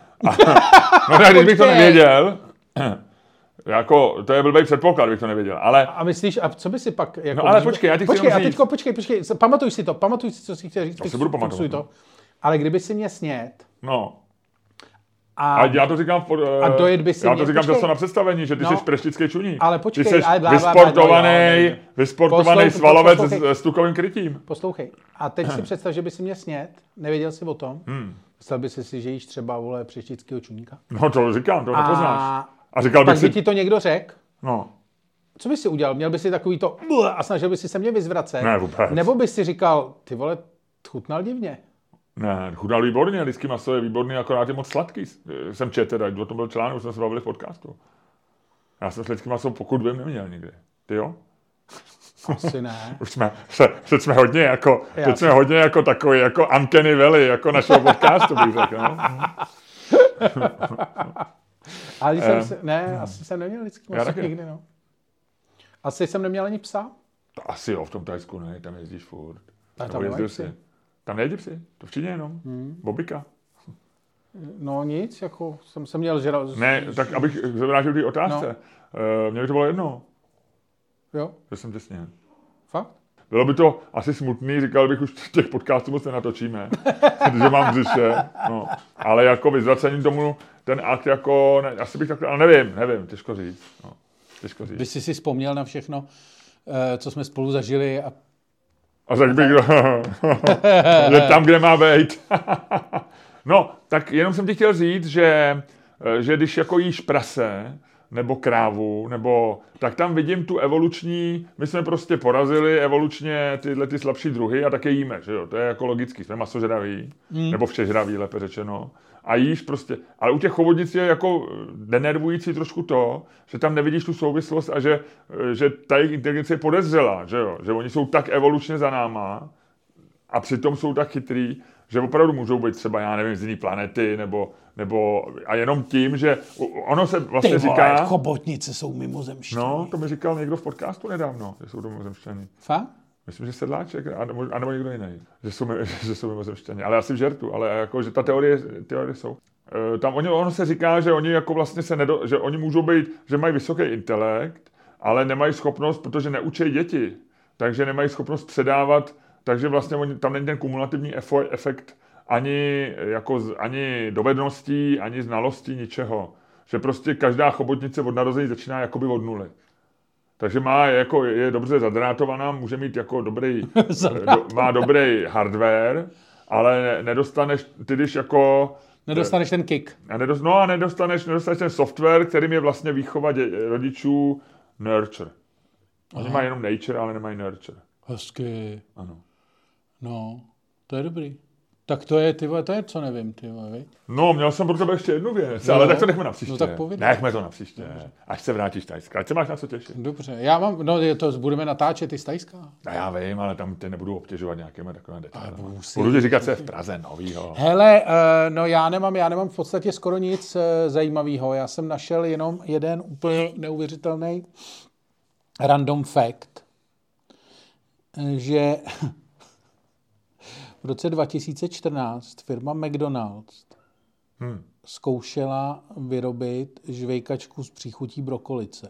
No tak kdybych to nevěděl, jako, to je blbej předpoklad, bych to nevěděl, ale... A myslíš, a co by si pak... Jako, no ale počkej, já ti chci jenom říct. Počkej, pamatuj si, co jsi chtěl říct. To si budu pamatovat. To. Ale kdyby si mě snět... No. A já to říkám, já to říkám často na představení, že ty jsi preštický čuník. Ale počkej, ty jsi vysportovaný svalovec s tukovým krytím. Poslouchej, a teď si představ, že by si mě snět, nevěděl jsi o tom, myslel by si, že jíš třeba, vole, preštického čuníka. No to říkám, to nepoznáš. A říkal bych si... ti to někdo řekl? No. Co bys si udělal? Měl bys si takový to a snažil bys si se mě vyzvracet? Ne, vůbec. Nebo bys si říkal, ty vole, chutnal divně? Ne, chutnal výborně, lidský maso je výborný, akorát je moc sladký. Jsem četl, o tom byl článek, už jsme se bavili v podcastu. Já jsem s lidským maso, pokud vím, neměl nikdy. Ty jo? Asi ne. Teď jsme hodně jako takový, jako Uncanny Valley, jako našeho podcastu, bych řekl. No? Ale asi jsem neměl lidský maso nikdy, no. Asi jsem neměl ani psa? To asi jo, v tom Thajsku ne, tam jezdíš furt. A tam nejezdil psi. Tam nejezdí psi, to v Číně jenom. Bobika. No nic, jako jsem měl žral... Ne, tak abych se vrátil k otázce. No. Mně by to bylo jedno. Jo. Že jsem těsně. Fakt? Bylo by to asi smutný, říkal bych, už těch podcastů moc nenatočíme, protože mám břiše, no. Ale jako vyzvracení tomu, ten akt jako, ne, asi bych takhle, ale nevím, těžko říct, no. Těžko říct. Vy jsi si vzpomněl na všechno, co jsme spolu zažili a řekl bych, že tam, kde má být. No, tak jenom jsem ti chtěl říct, že když jako jíš prase, nebo krávu, tak tam vidím tu evoluční, my jsme prostě porazili evolučně tyhle ty slabší druhy a tak je jíme, že jo, to je jako logický, jsme masožraví, nebo všežraví, lépe řečeno, a jíš prostě, ale u těch chobotnic je jako denervující trošku to, že tam nevidíš tu souvislost a že ta jejich inteligence je podezřelá, že jo, že oni jsou tak evolučně za náma a přitom jsou tak chytrý, že opravdu můžou být třeba, já nevím, z jiný planety, nebo a jenom tím, že ono se vlastně říká... chobotnice jsou mimozemštění. No, to mi říkal někdo v podcastu nedávno, že jsou mimozemštění. Fakt? Myslím, že Sedláček, anebo někdo jiný, že jsou mimozemštění. Ale asi v žertu, ale jako, že ta teorie jsou. Tam ono se říká, že oni jako vlastně že oni můžou být, že mají vysoký intelekt, ale nemají schopnost, protože neučí děti, takže nemají schopnost předávat. Takže vlastně tam není ten kumulativní efekt ani dovedností, ani znalostí, ničeho. Že prostě každá chobotnice od narození začíná jakoby od nuly. Takže je dobře zadrátovaná, může mít jako má dobrý hardware, ale nedostaneš, ty když jako... Nedostaneš ten kick. A nedostaneš ten software, kterým je vlastně výchova rodičů nurture. Oni mají jenom nature, ale nemají nurture. Hezky. Ano. No, to je dobrý. Tak to je, co nevím, viď? No, měl jsem pro tebe ještě jednu věc, ale tak to nechme na příště. No tak povídej. Nechme to na příště, dobře. Až se vrátíš Tajska. Ať se máš na co těšit. Dobře, budeme natáčet i z Tajska. No já vím, ale tam ty nebudu obtěžovat nějakými takovými detaily. Budu ti říkat, co je v Praze novýho. Hele, no já nemám v podstatě skoro nic zajímavého. Já jsem našel jenom jeden úplně neuvěřitelný random fact, že v roce 2014 firma McDonald's zkoušela vyrobit žvejkačku z příchutí brokolice.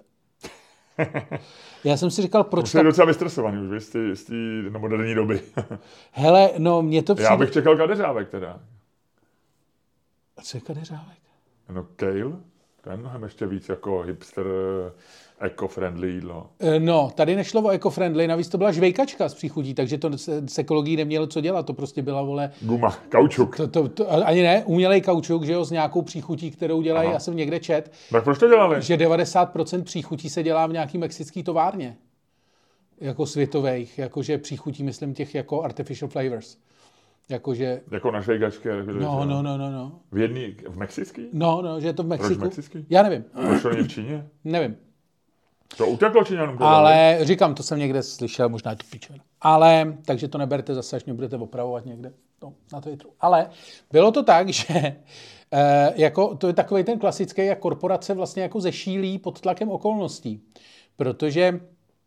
Já jsem si říkal, proč tak... docela vystresovaný už, z té moderní doby. Hele, no mě to přijde... Já bych čekal kadeřávek teda. A co je kadeřávek? No kale, to je mnohem ještě víc jako hipster, eco-friendly jídlo. No, tady nešlo o eco-friendly, navíc to byla žvejkačka z příchutí, takže to s ekologií nemělo co dělat, to prostě byla, vole... Guma, kaučuk. Ani ne, umělej kaučuk, že jo, s nějakou příchutí, kterou dělají, já jsem někde čet. Tak proč to dělali? Že 90% příchutí se dělá v nějaký mexický továrně. Jako světových, jakože příchutí, myslím, těch jako artificial flavors. Jakože... Jako na žvejkačky. No. V mexický? No, že je to v Mexiku. Proč mexický? Já nevím. Proč to není v Číně? Nevím. To uteklo Číňanům. Ale říkám, to jsem někde slyšel, možná je to pičen. Ale, takže to neberte zase, až mě budete opravovat někde na Twitteru. Ale bylo to tak, že jako, to je takový ten klasický, jak korporace vlastně jako zešílí pod tlakem okolností. Protože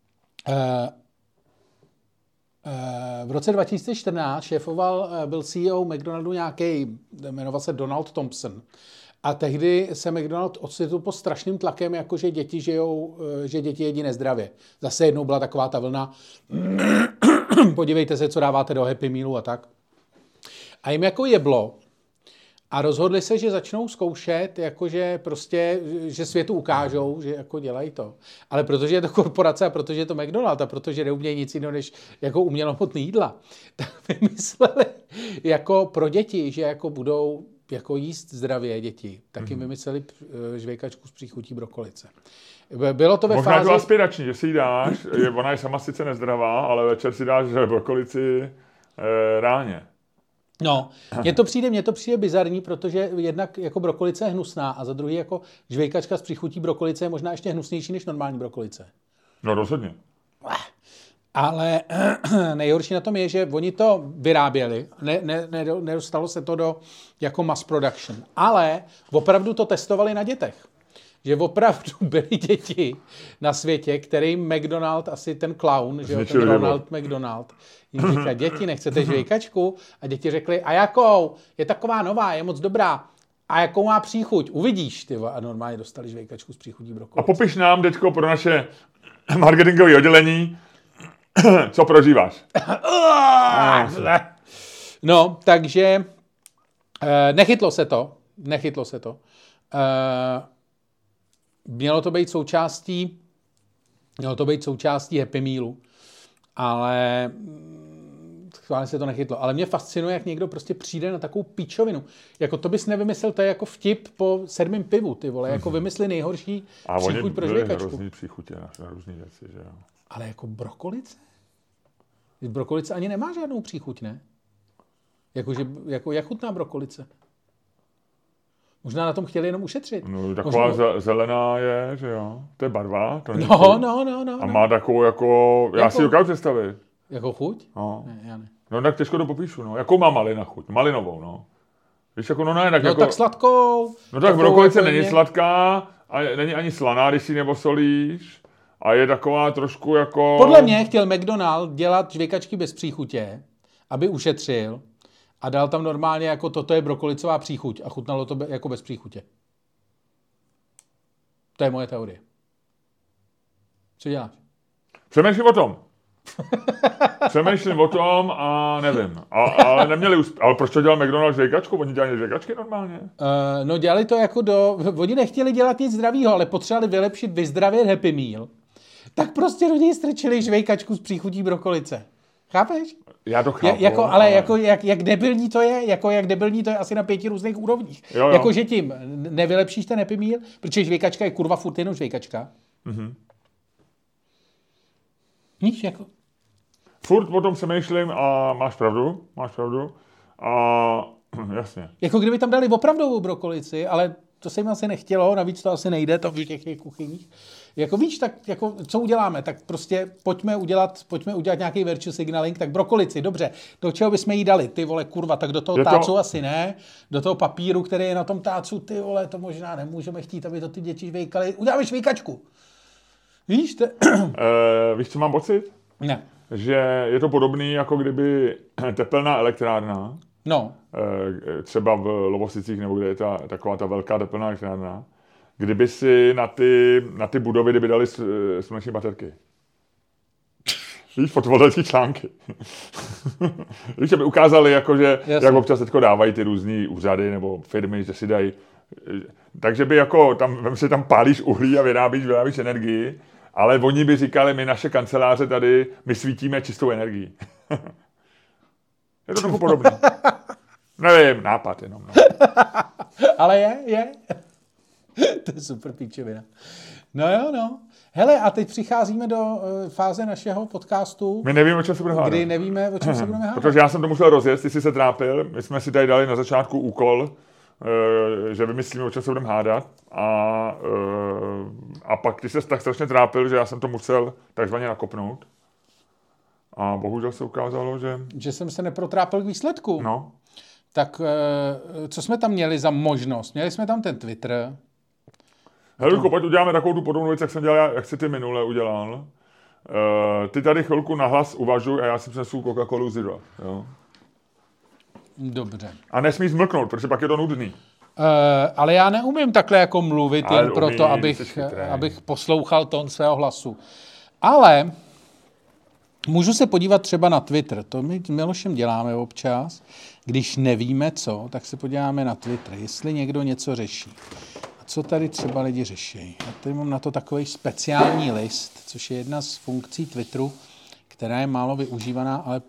v roce 2014 byl CEO McDonaldu nějaký, jmenoval se Donald Thompson. A tehdy se McDonald ocitl pod strašným tlakem, jako že děti žijou, že děti jedí nezdravě. Zase jednou byla taková ta vlna, podívejte se, co dáváte do Happy Mealu a tak. A jim jako jeblo. A rozhodli se, že začnou zkoušet, jakože prostě, že světu ukážou, že jako dělají to. Ale protože je to korporace a protože je to McDonald a protože neumějí nic jiného, než jako umělomotný jídla, tak vymysleli jako pro děti, že jako budou jako jíst zdravě děti, tak jim vymysleli žvejkačku z příchutí brokolice. Bylo to ve možná fázi... to aspirační, že si ji dáš, ona je sama sice nezdravá, ale večer si dáš brokolici ráně. No, mně to přijde bizarní, protože jednak jako brokolice je hnusná a za druhý jako žvejkačka z příchutí brokolice je možná ještě hnusnější než normální brokolice. No rozhodně. Ale nejhorší na tom je, že oni to vyráběli, nedostalo se to do jako mass production, ale opravdu to testovali na dětech. Že opravdu byly děti na světě, kterým McDonald, asi ten clown, že jo, ten Ronald McDonald, jim říká, děti, nechcete žvejkačku? A děti řekly, a jakou? Je taková nová, je moc dobrá. A jakou má příchuť? Uvidíš, ty. A normálně dostali žvejkačku z příchutí brokolice. A popiš nám, dětko, pro naše marketingové oddělení, co prožíváš? No, takže nechytlo se to. Mělo to být součástí Happy Mealu, ale schválně se to nechytlo. Ale mě fascinuje, jak někdo prostě přijde na takovou píčovinu. Jako to bys nevymyslel, to je jako vtip po 7. pivu, ty vole. Jako vymysli nejhorší příchuť pro žvejkačku. A hrozný příchutě na různý věci, že jo. Ale jako brokolice? Brokolice ani nemá žádnou příchuť, ne? Jak chutná brokolice? Možná na tom chtěli jenom ušetřit. No, taková zelená je, že jo? To je barva. To No. A má takovou jako... Já si dokážu představit. Jako chuť? No. Ne, já ne. No tak těžko to popíšu, no. Jakou má malina chuť? Malinovou, no. Víš, jako no tak jako... tak sladkou. No tak brokolice není sladká a není ani slaná, když si nebo solíš. A je taková trošku jako... Podle mě chtěl McDonald dělat žvejkačky bez příchutě, aby ušetřil a dal tam normálně jako toto je brokolicová příchuť a chutnalo to jako bez příchutě. To je moje teorie. Co děláš? Přemýšlím o tom a nevím. Ale neměli ale proč to dělal McDonald's žvejkačku? Oni dělali žvejkačky normálně? No dělali to jako oni nechtěli dělat nic zdravýho, ale potřebovali vyzdravět Happy Meal. Tak prostě do něj strčili žvejkačku z příchutí brokolice. Chápeš? Já to chápu. Jak debilní to je, jak debilní to je asi na 5 různých úrovních. Jo. Jako, že tím nevylepšíš ten Happy Meal, protože žvejkačka je kurva furt jenom žvejkačka. Mhm. Nic jako... Furt o tom přemýšlím a máš pravdu. A jasně. Jako kdyby tam dali opravdovou brokolici, ale to se jim asi nechtělo, navíc to asi nejde, to v těch kuchyních. Jako víš, tak jako, co uděláme? Tak prostě pojďme udělat nějaký virtue signaling, tak brokolici, dobře. Do čeho bychom jí dali? Ty vole, kurva, tak do toho tácu asi ne. Do toho papíru, který je na tom tácu, ty vole, to možná nemůžeme chtít, aby to ty děti žvejkaly. Uděláme žvejkačku. Víš? Víš, co mám pocit? Ne. Že je to podobný, jako kdyby tepelná elektrárna No. Třeba v Lovosicích, nebo kde je taková ta velká tepelná elektrárna, kdyby si na ty budovy, kdyby dali sluneční baterky. Víš, fotovoltaické články. Víš, aby ukázali, jakože, jak občas teďko dávají ty různý úřady nebo firmy, že si dají. Takže by jako, vem si tam pálíš uhlí a vyrábíš energii, ale oni by říkali, my naše kanceláře tady, my svítíme čistou energii. Je to trochu podobné. Nevím, nápad jenom. No. Ale je. To je super píčevina. No jo, no. Hele, a teď přicházíme do fáze našeho podcastu. My nevíme, o čem se budeme hádat. Kdy nevíme, o čem se budeme hádat. Protože já jsem to musel rozjet, ty jsi se trápil. My jsme si tady dali na začátku úkol, že vymyslíme, o čem se budeme hádat. A pak ty se tak strašně trápil, že já jsem to musel takzvaně nakopnout. A bohužel se ukázalo, že... Že jsem se neprotrápil k výsledku. No. Tak co jsme tam měli za možnost? Měli jsme tam ten Twitter. Helko, pojď uděláme takovou tu podobnou věc, jak jsem dělal, jak jsi ty minule udělal. Ty tady chvilku nahlas uvažuj a já si přinesu Coca-Colu Zero. Jo? Dobře. A nesmí zmlknout, protože pak je to nudný. Ale já neumím takhle jako mluvit, ale jen proto, abych poslouchal tón svého hlasu. Ale můžu se podívat třeba na Twitter. To my s Milošem děláme občas. Když nevíme co, tak se podíváme na Twitter, jestli někdo něco řeší. A co tady třeba lidi řeší? Já tady mám na to takový speciální list, což je jedna z funkcí Twitteru, která je málo využívaná, ale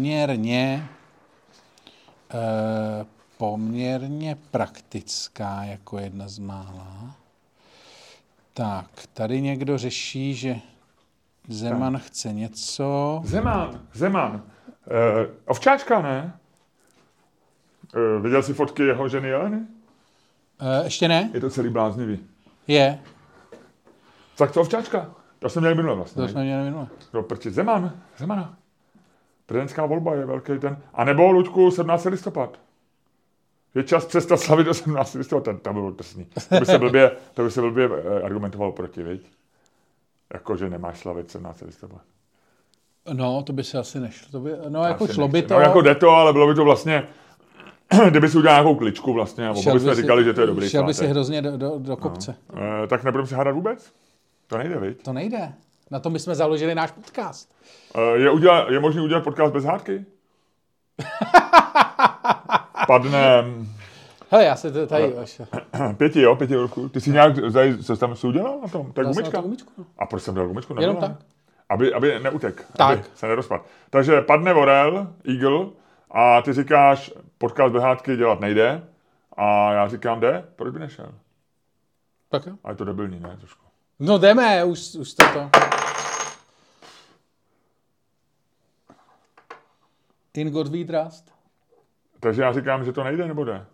poměrně praktická, jako jedna z mála. Tak, tady někdo řeší, že Zeman chce něco. Zeman. Ovčáčka, ne? Viděl jsi fotky jeho ženy Jeleny? Ještě ne? Je to celý bláznivý. Je. Tak co ovčáčka? To jsme měli minule vlastně. To jsme měli minule. No, prčit Zemana. Prezidentská volba je velký ten. A nebo, Luďku, 17. listopad. Je čas přestat slavit do 17. listopad. To bylo drsný. To by se blbě argumentoval proti, viď? Jako, že nemáš slavit 17. listopad. No, to by se asi nešlo. Jako šlo by to. No, jako jde to, ale bylo by to vlastně, kdyby si udělal nějakou kličku vlastně, a oba bychom říkali, že to je dobrý svátek. Šel by si hrozně do kopce. No. Tak nebudeme si hádat vůbec? To nejde, viď? To nejde. Na to my jsme založili náš podcast. Je možné udělat podcast bez hádky? Padne... Hele, já se tady... Pěti ruku. Ty jsi nějak, co jsi tam udělal na tom? To je gumička? A proč jsem dal gumičku? Jenom tak. Aby neutek, tak. Aby se nerozpadl. Takže padne orel, eagle, a ty říkáš, podcast bez hádky dělat nejde. A já říkám, jde? Proč by nešel? Tak jo. A je to debilní, ne? Trošku. No jdeme, už to. In God we trust. Takže já říkám, že to nejde, nebo jde?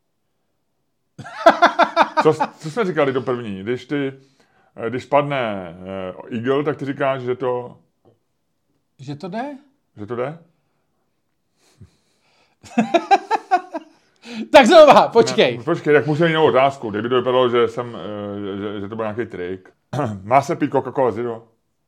Co jsme říkali do první? Když padne eagle, tak ty říkáš, že to... Že to jde? Že to jde? Tak znova, počkej. Počkej, tak musím jinou otázku. Kdyby to vypadalo, že to byl nějaký trik. Má se pít Coca-Cola Zero?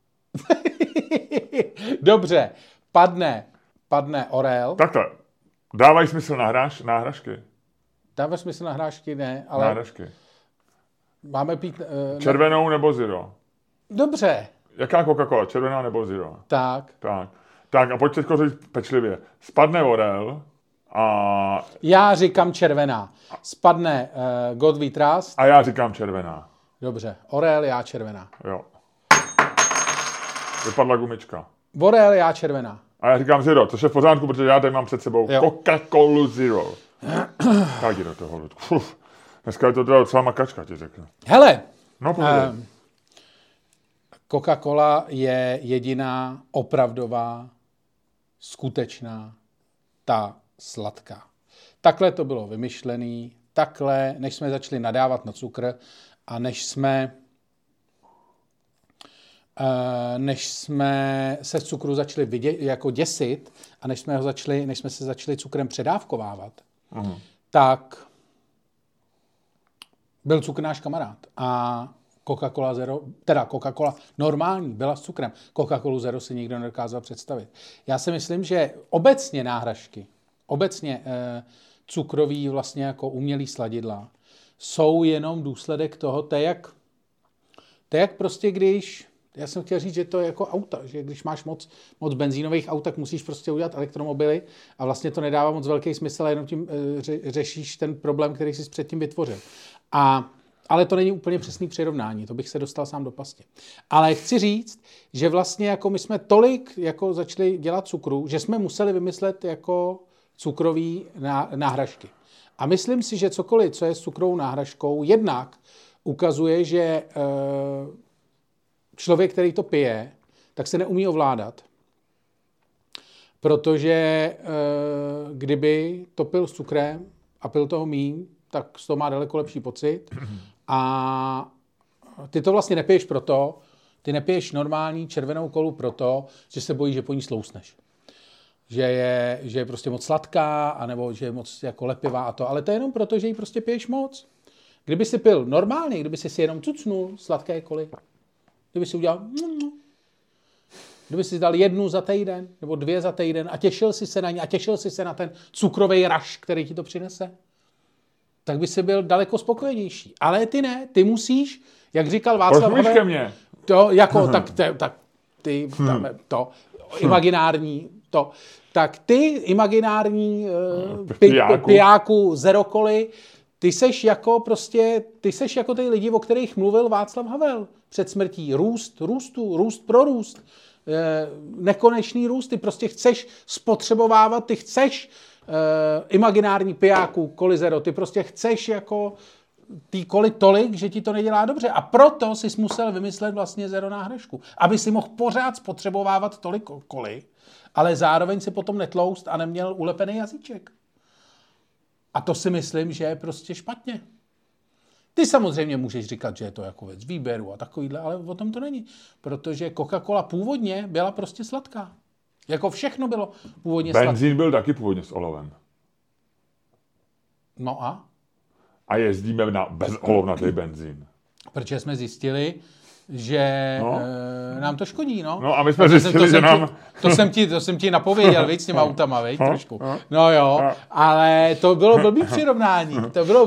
Dobře, padne orel. Takhle, dávají smysl náhražky? Dává smysl náhražky, ne, ale... Náhražky. Máme pít... Červenou nebo Zero? Dobře. Jaká Coca-Cola, červená nebo Zero? Tak a pojď teďko říct pečlivě. Spadne orel a... Já říkám červená. Spadne God we trust. A já říkám červená. Dobře. Orel, já červená. Jo. Vypadla gumička. Orel, já červená. A já říkám Zero, což je v pořádku, protože já tady mám před sebou Coca-Colu Zero. Tak jdi do toho, Ludku. Dneska je to teda docela makačka, ti řeknu. Hele, no, Coca-Cola je jediná opravdová, skutečná, ta sladká. Takhle to bylo vymyšlené, takhle, než jsme začali nadávat na cukr a než jsme se v cukru začali jako děsit a než jsme se začali cukrem předávkovávat, tak byl cukr náš kamarád. A Coca-Cola Zero, teda Coca-Cola normální, byla s cukrem. Coca-Colu Zero si nikdo nedokázal představit. Já si myslím, že obecně náhražky obecně cukroví vlastně jako umělý sladidla jsou jenom důsledek toho, to je jak prostě když, já jsem chtěl říct, že to je jako auta, že když máš moc benzínových aut, tak musíš prostě udělat elektromobily a vlastně to nedává moc velký smysl a jenom tím řešíš ten problém, který jsi předtím vytvořil. Ale to není úplně přesný přirovnání, to bych se dostal sám do pasti. Ale chci říct, že vlastně jako my jsme tolik jako začali dělat cukru, že jsme museli vymyslet jako cukrový náhražky. A myslím si, že cokoliv, co je s cukrovou náhražkou, jednak ukazuje, že člověk, který to pije, tak se neumí ovládat. Protože kdyby to pil s cukrem a pil toho míň, tak z toho má daleko lepší pocit. A ty to vlastně nepiješ proto, ty nepiješ normální červenou kolu proto, že se bojíš, že po ní slousneš. Že je prostě moc sladká, anebo že je moc jako lepivá a to. Ale to je jenom proto, že ji prostě piješ moc. Kdyby si pil normálně, kdyby si jenom cucnul sladké koly, kdyby si udělal, kdyby si dal 1 za týden, nebo 2 za týden a těšil si se na ně a těšil si se na ten cukrový rush, který ti to přinese, tak by si byl daleko spokojenější. Ale ty ne, ty musíš, jak říkal Václav Havel, ke mně. To jako, ty imaginární, tak ty imaginární pijáku zerokoli, ty seš jako ty lidi, o kterých mluvil Václav Havel před smrtí. Růst pro růst. Nekonečný růst. Ty prostě chceš spotřebovávat, ty chceš imaginární pijáku, koli zero. Ty prostě chceš jako tý koli tolik, že ti to nedělá dobře. A proto jsi musel vymyslet vlastně zero náhražku. Aby si mohl pořád spotřebovávat tolik koli, ale zároveň si potom netloust a neměl ulepený jazyček. A to si myslím, že je prostě špatně. Ty samozřejmě můžeš říkat, že je to jako věc výběru a takovýhle, ale o tom to není. Protože Coca-Cola původně byla prostě sladká. Jako všechno bylo původně sladké. Benzín byl taky původně s olovem. No a? A jezdíme na bezolovnatý benzín. Protože jsme zjistili, že nám to škodí, no. No a my jsme zjistili, že nám... To jsem ti napověděl, víc, s těma autama, veď, trošku. No jo, ale to bylo blbý přirovnání.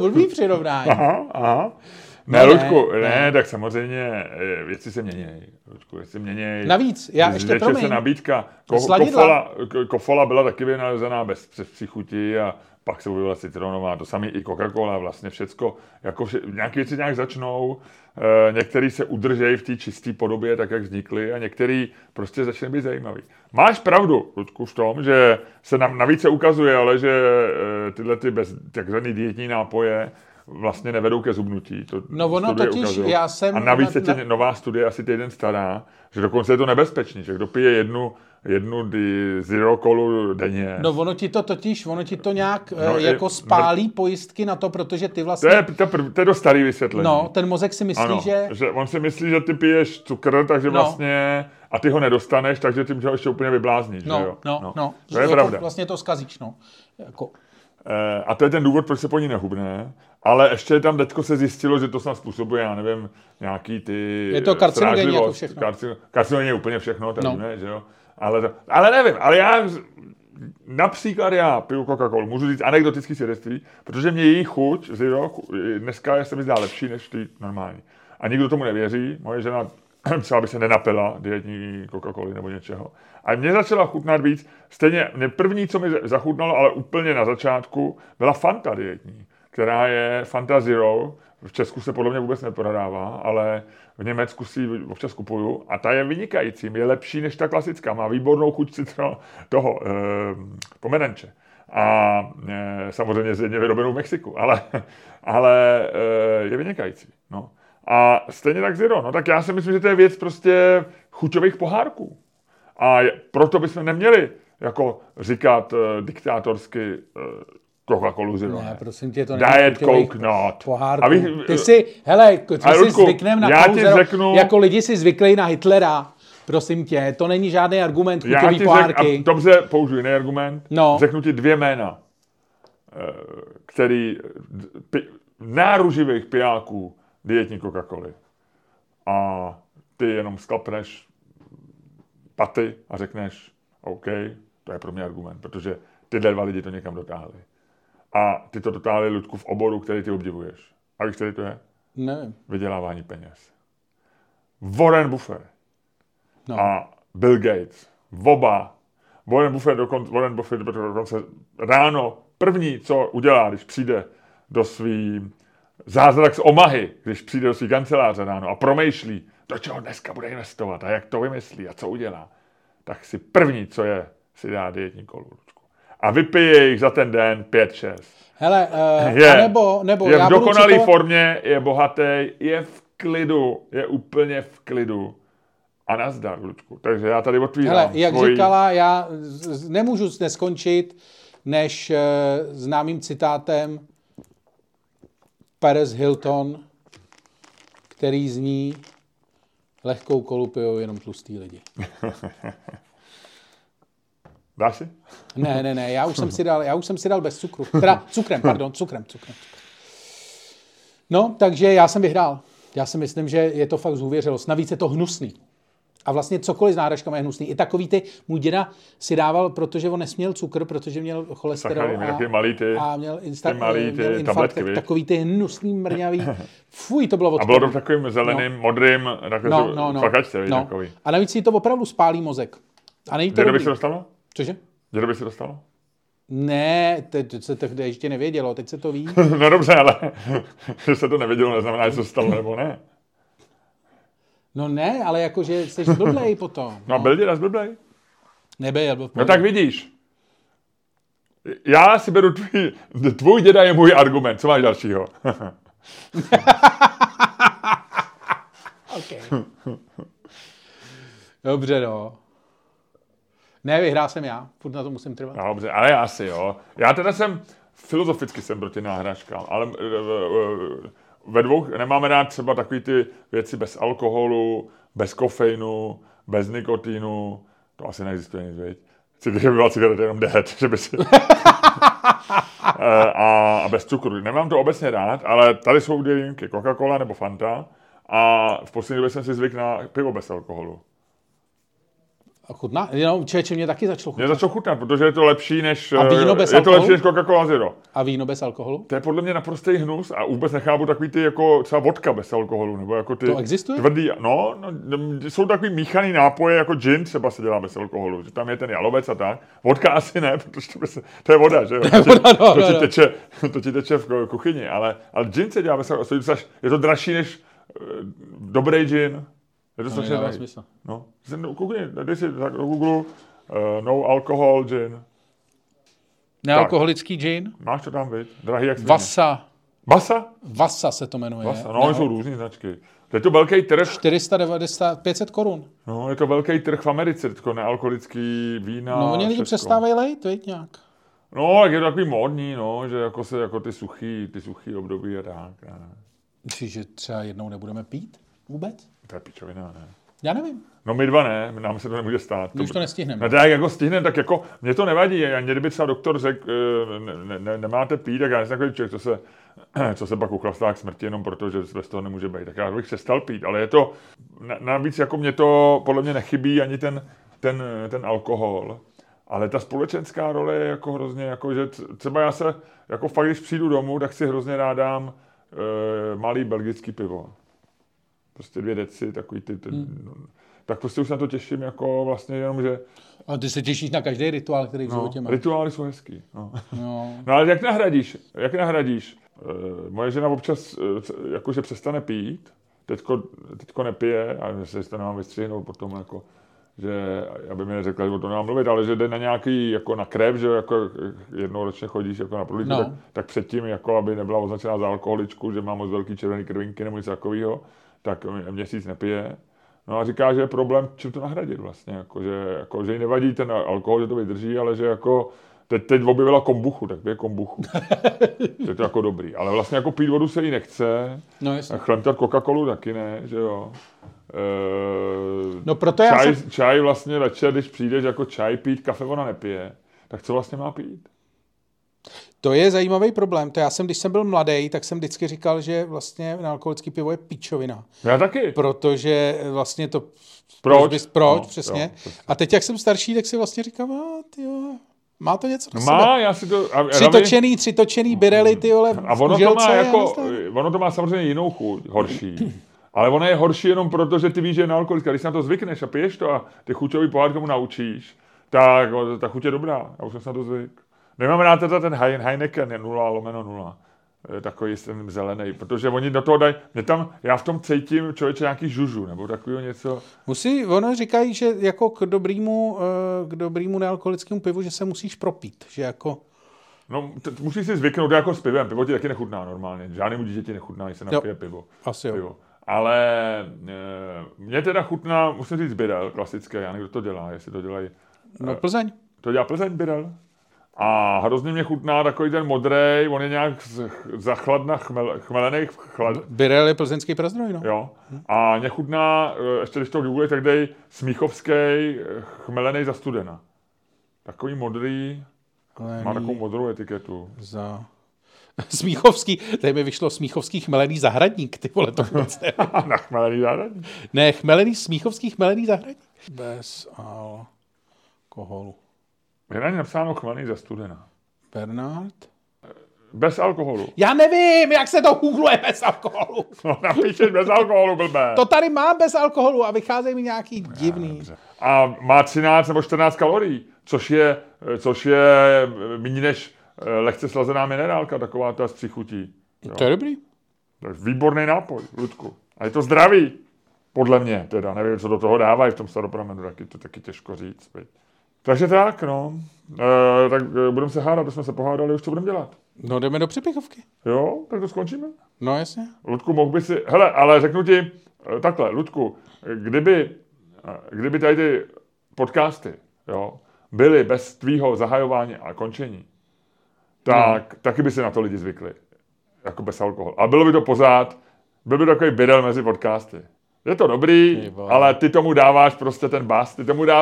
Aha. Ne, Luďku, ne, tak samozřejmě věci se mění. Luďku, věci mění. Navíc, já ještě promiň. Se nabídka. Kofola byla taky vynalezená bez příchutí a pak se objevila citronová, to samé i Coca-Cola, vlastně všecko, jako nějaké věci nějak začnou, některý se udržejí v té čisté podobě, tak jak vznikly, a některý prostě začne být zajímavý. Máš pravdu, Ludku, v tom, že se nám navíc ukazuje, ale že tyhle ty takzvané dietní nápoje vlastně nevedou ke zubnutí. No ono totiž, ukazují. Já jsem... A navíc je nová studie, asi týden stará, že dokonce je to nebezpečný, že kdo pije jednu zero kolu denně. No ono ti to nějak jako spálí pojistky na to, protože ty vlastně... To je do starý vysvětlení. No, ten mozek si myslí, že on si myslí, že ty piješ cukr, takže vlastně... A ty ho nedostaneš, takže ty ho ještě úplně vyblázníš. No. To je pravda. Vlastně to zkazíš, no. Jako... A to je ten důvod, proč se po ní nehubne. Ale ještě tam teďko se zjistilo, že to snad způsobuje, já nevím, nějaký ty... Je to karcinogenní jako všechno. Karcinogenní je úplně všechno, to víme, že jo. Ale nevím, ale například já piju Coca-Colu, můžu říct anekdotický svědectví, protože mě její chuť zero dneska se mi zdá lepší než ty normální. A nikdo tomu nevěří, moje žena třeba by se nenapila dietní Coca-Coly nebo něčeho. A mě začala chutnat víc, stejně první, co mi zachutnalo, ale úplně na začátku, byla Fanta dietní, která je Fanta Zero. V Česku se podle mě vůbec neprodává, ale v Německu si ji občas kupuju a ta je vynikající, je lepší než ta klasická, má výbornou chuť pomeranče. A samozřejmě zřejmě vyrobenou v Mexiku, ale je vynikající. No. A stejně tak Zero, no tak já si myslím, že to je věc prostě chuťových pohárků. A proto bychom neměli jako říkat diktátorsky Coca-Colu Zero. Ne, prosím tě, to Diet Coke not. Ty si zvykneme na Coke Zero, jako lidi si zvykli na Hitlera. Prosím tě, to není žádný argument chuťový pohárky. Dobře, použiju jiný argument. No. Řeknu ti 2 jména, který náruživých pijáků dietní Coca-Coly. A ty jenom sklapneš paty a řekneš, OK, to je pro mě argument, protože tyhle dva lidi to někam dotáhli. A ty to dotáhli, Ludku, v oboru, který ty obdivuješ. A víš, který to je? Nevím. Vydělávání peněz. Warren Buffett a Bill Gates. Oba. Warren Buffett dokonce ráno první, co udělá, když přijde do svý zázrak z Omahy, když přijde do svý kanceláře ráno a promýšlí, do čeho dneska bude investovat a jak to vymyslí a co udělá, tak si první, co je, si dá dietní kolu. A vypije jich za ten den 5-6. Hele, nebo je v dokonalé formě, je bohatý, je v klidu, je úplně v klidu. A nazdar, Ludku. Takže já tady otvírám. Hele, jak říkala, já nemůžu neskončit, než známým citátem Paris Hilton, který zní: lehkou kolu pijou jenom tlustý lidi. Dáš si? Ne, já už jsem si dal bez cukru. Teda cukrem. No, takže já jsem vyhrál. Já si myslím, že je to fakt zhůvěřilost. Navíc je to hnusný. A vlastně cokoliv s náhražkami je hnusný. I takový ty, můj děda si dával, protože on nesměl cukr, protože měl cholesterol a měl infarkt, takový ty hnusný, mrňavý. Fuj, to bylo odporný. A bylo to v takovým zeleným, modrým, fakačce, takový. A navíc si to opravdu spálí mozek. A nejde to. Dědo by se dostalo? Cože? Dědo by se dostalo? Ne, teď se to ještě nevědělo, teď se to ví. No dobře, ale že se to nevědělo, neznamená, že se to stalo nebo ne. No ne, ale jakože jsi blblej potom. No a byl děda zblblej? Nebyl. No tak vidíš. Já si beru tvůj děda je můj argument. Co máš dalšího? Okay. Dobře, no. Ne, vyhrál jsem já. Furt na to musím trvat. No, dobře, ale já si, jo. Já teda filozoficky jsem proti náhražkám, ale ve dvou nemáme rád třeba takový ty věci bez alkoholu, bez kofeinu, bez nikotínu. To asi neexistuje nic, viď? Kdyby byla cigareta jenom dehet, že by si... a bez cukru. Nemám to obecně rád, ale tady jsou dvě výjimky. Coca-Cola nebo Fanta. A v poslední době jsem si zvyk na pivo bez alkoholu. A chutná? No, člověče, mě taky začalo chutnat. Mě začalo chutnat, protože je to lepší než... A víno bez alkoholu? Je to lepší než Coca-Cola Zero. A víno bez alkoholu? To je podle mě naprostý hnus a vůbec nechápu takový ty jako třeba vodka bez alkoholu, nebo jako ty... To existuje? Tvrdý, no, jsou takový míchaný nápoje, jako gin třeba se dělá bez alkoholu, že tam je ten jalovec a tak. Vodka asi ne, protože to je voda, že jo? To ti teče v kuchyni, ale gin se dělá bez alkoholu. Je to dražší než dobrý gin. Je to strašně drahý. No, dej si tak do Google no alcohol gin. Nealkoholický gin? Máš to tam, viď? Drahý jak Vasa. Vasa? Vasa se to jmenuje. Vasa. No, jsou různý značky. Je to velký trh. 490, 500 korun. No, je to velký trh v Americe, teďko nealkoholický vína. No, oni lidi přestávají lejt, viď nějak. No, tak je to takový módní, no, že jako ty suchý období a tak. Myslíš, že třeba jednou nebudeme pít vůbec? To je pičovina, ne? Já nevím. No my dva ne, nám se to nemůže stát. Když to nestihneme. No tak jako stihneme, tak jako mě to nevadí. A kdyby třeba doktor řekl, nemáte pít, tak já nejsem takový člověk, co se pak uchlastá k smrti jenom proto, že bez toho nemůže být. Tak já bych přestal pít, ale je to, navíc jako mě to podle mě nechybí ani ten alkohol. Ale ta společenská role je jako hrozně, jako že třeba já se, jako fakt, když přijdu domů, tak si hrozně rád dám malý belgický pivo. Prostě 2 deci, takový tak prostě už na to těším, jako vlastně jenom, že... A ty se těšíš na každý rituál, který v životě máš. Rituály jsou hezký. No ale jak nahradíš? Moje žena občas jakože přestane pít, teďko nepije, a se to nemám vystřihnout potom, jako, že aby mi neřekla, že o tom nemám mluvit, ale že jde na nějaký, jako na krev, že jako jednou ročně chodíš jako na prohlídku, tak předtím, jako aby nebyla označená za alkoholičku, že má moc velký červený krvinky nebo něco takového, tak měsíc nepije. No a říká, že je problém, čím to nahradit vlastně, jako, že jí nevadí ten alkohol, že to vydrží, ale že jako teď objevila kombuchu, tak pije kombuchu. Je to jako dobrý, ale vlastně jako pít vodu se jí nechce, chlemtat Coca-Colu taky ne, že jo. No proto čaj vlastně večer, když přijdeš jako čaj pít, kafe ona nepije, tak co vlastně má pít? To je zajímavý problém. To když jsem byl mladý, tak jsem vždycky říkal, že vlastně nealkoholický pivo je pičovina. Já taky. Protože vlastně to... Proč? Přesně. Jo. A teď, jak jsem starší, tak si vlastně říkám, tyjo, Má to něco do Má, sebe? já si to... Tři točený birely, ty vole, a ono to má samozřejmě jinou chuť, horší. Ale ono je horší jenom proto, že ty víš, že je nealkoholická. Když se na to zvykneš a piješ to a ty chuťový pohár tomu naučíš, tak ta chuť je dobrá. Já už jsem se na to zvyk. Nemám rád teda ten Heineken 0/0. Takový ten zelený, protože oni do toho dají, já v tom cítím člověče nějaký žužu, nebo takového něco. Ono říkají, že jako k dobrýmu nealkoholickému pivu, že se musíš propít, že jako... No, musíš si zvyknout jako s pivem, pivo ti taky nechutná normálně, žádnému dítěti nechutná, když se napije pivo. Asi jo. Pivo. Ale mě teda chutná, musím říct birel, klasické, já nevím, kdo to dělá, jestli to dělají. No Plzeň. To dělá Plzeň birel. A hrozně mě chutná takový ten modrej, on je nějak zachladna chmelený. Birel je plzeňský prazdroj, no. Jo. A mě chutná, ještě když to googlej, tak dej smíchovský chmelený za studena. Takový modrý, má takovou modrou etiketu. Smíchovský, tady mi vyšlo smíchovský chmelený zahradník, ty vole, to vůbec ne. Na chmelený zahradník? Ne, smíchovský chmelený zahradník. Bez alkoholu. Je na ně napsáno chmelený za studena. Bernard? Bez alkoholu. Já nevím, jak se to googluje bez alkoholu. No napíšeš bez alkoholu, blbé. To tady mám bez alkoholu a vycházejí mi nějaký divný. A má 13 nebo 14 kalorií, což je méně než lehce slazená minerálka, taková ta s přichutí. Jo. To je dobrý. To je výborný nápoj, Ludku. A je to zdravý. Podle mě teda. Nevím, co do toho dávají v tom staropramenu, to taky těžko říct. Takže tak, no. Tak budeme se hádat, jsme se pohádali, už co budeme dělat. No jdeme do přepichovky. Jo, tak to skončíme. No jasně. Ludku, mohl by si... Hele, ale řeknu ti takhle, Ludku, kdyby tady ty podcasty, jo, byly bez tvýho zahajování a končení, tak taky by si na to lidi zvykli. Jako bez alkoholu. A bylo by to pořád, byl by takový bydel mezi podcasty. Je to dobrý, ale ty tomu dáváš prostě ten bas, ty tomu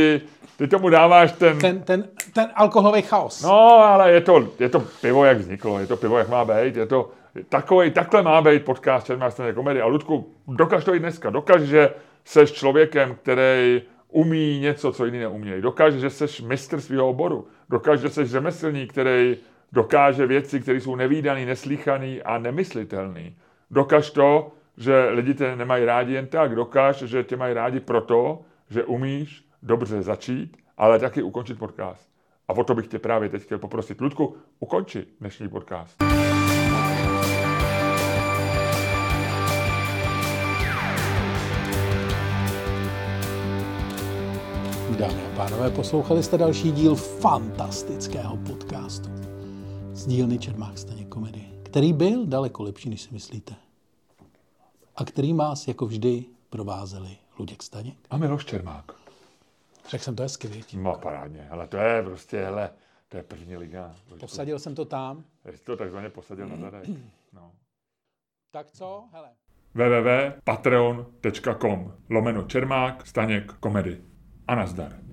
dáváš ten alkoholový chaos. No, ale je to pivo, jak vzniklo, je to pivo, jak má být, je to takhle má být podcast Čermák Staněk komedy. A Ludku, dokaž to i dneska, dokaž, že seš člověkem, který umí něco, co jiný neumějí. Dokáže, že seš mistr svého oboru. Dokáže, že seš řemeslník, který dokáže věci, které jsou nevídaný, neslýchaný a nemyslitelný. Dokaž to, že lidi tě nemají rádi jen tak. Dokáž, že tě mají rádi proto, že umíš dobře začít, ale taky ukončit podcast. A o to bych tě právě teď chtěl poprosit. Ludku, ukonči dnešní podcast. Dámy a pánové, poslouchali jste další díl fantastického podcastu z dílny Čermák Staněk komedy, který byl daleko lepší, než si myslíte. A který vás, jako vždy, provázeli Luděk Staněk a Miloš Čermák. Řekl jsem to hezky, víš? No parádně, ale to je prostě, to je první liga. Posadil jsem to tam. Jsi to takzvaně posadil na zadek. No. Tak co? Hele. www.patreon.com/Čermák Staněk komedy. A nazdar.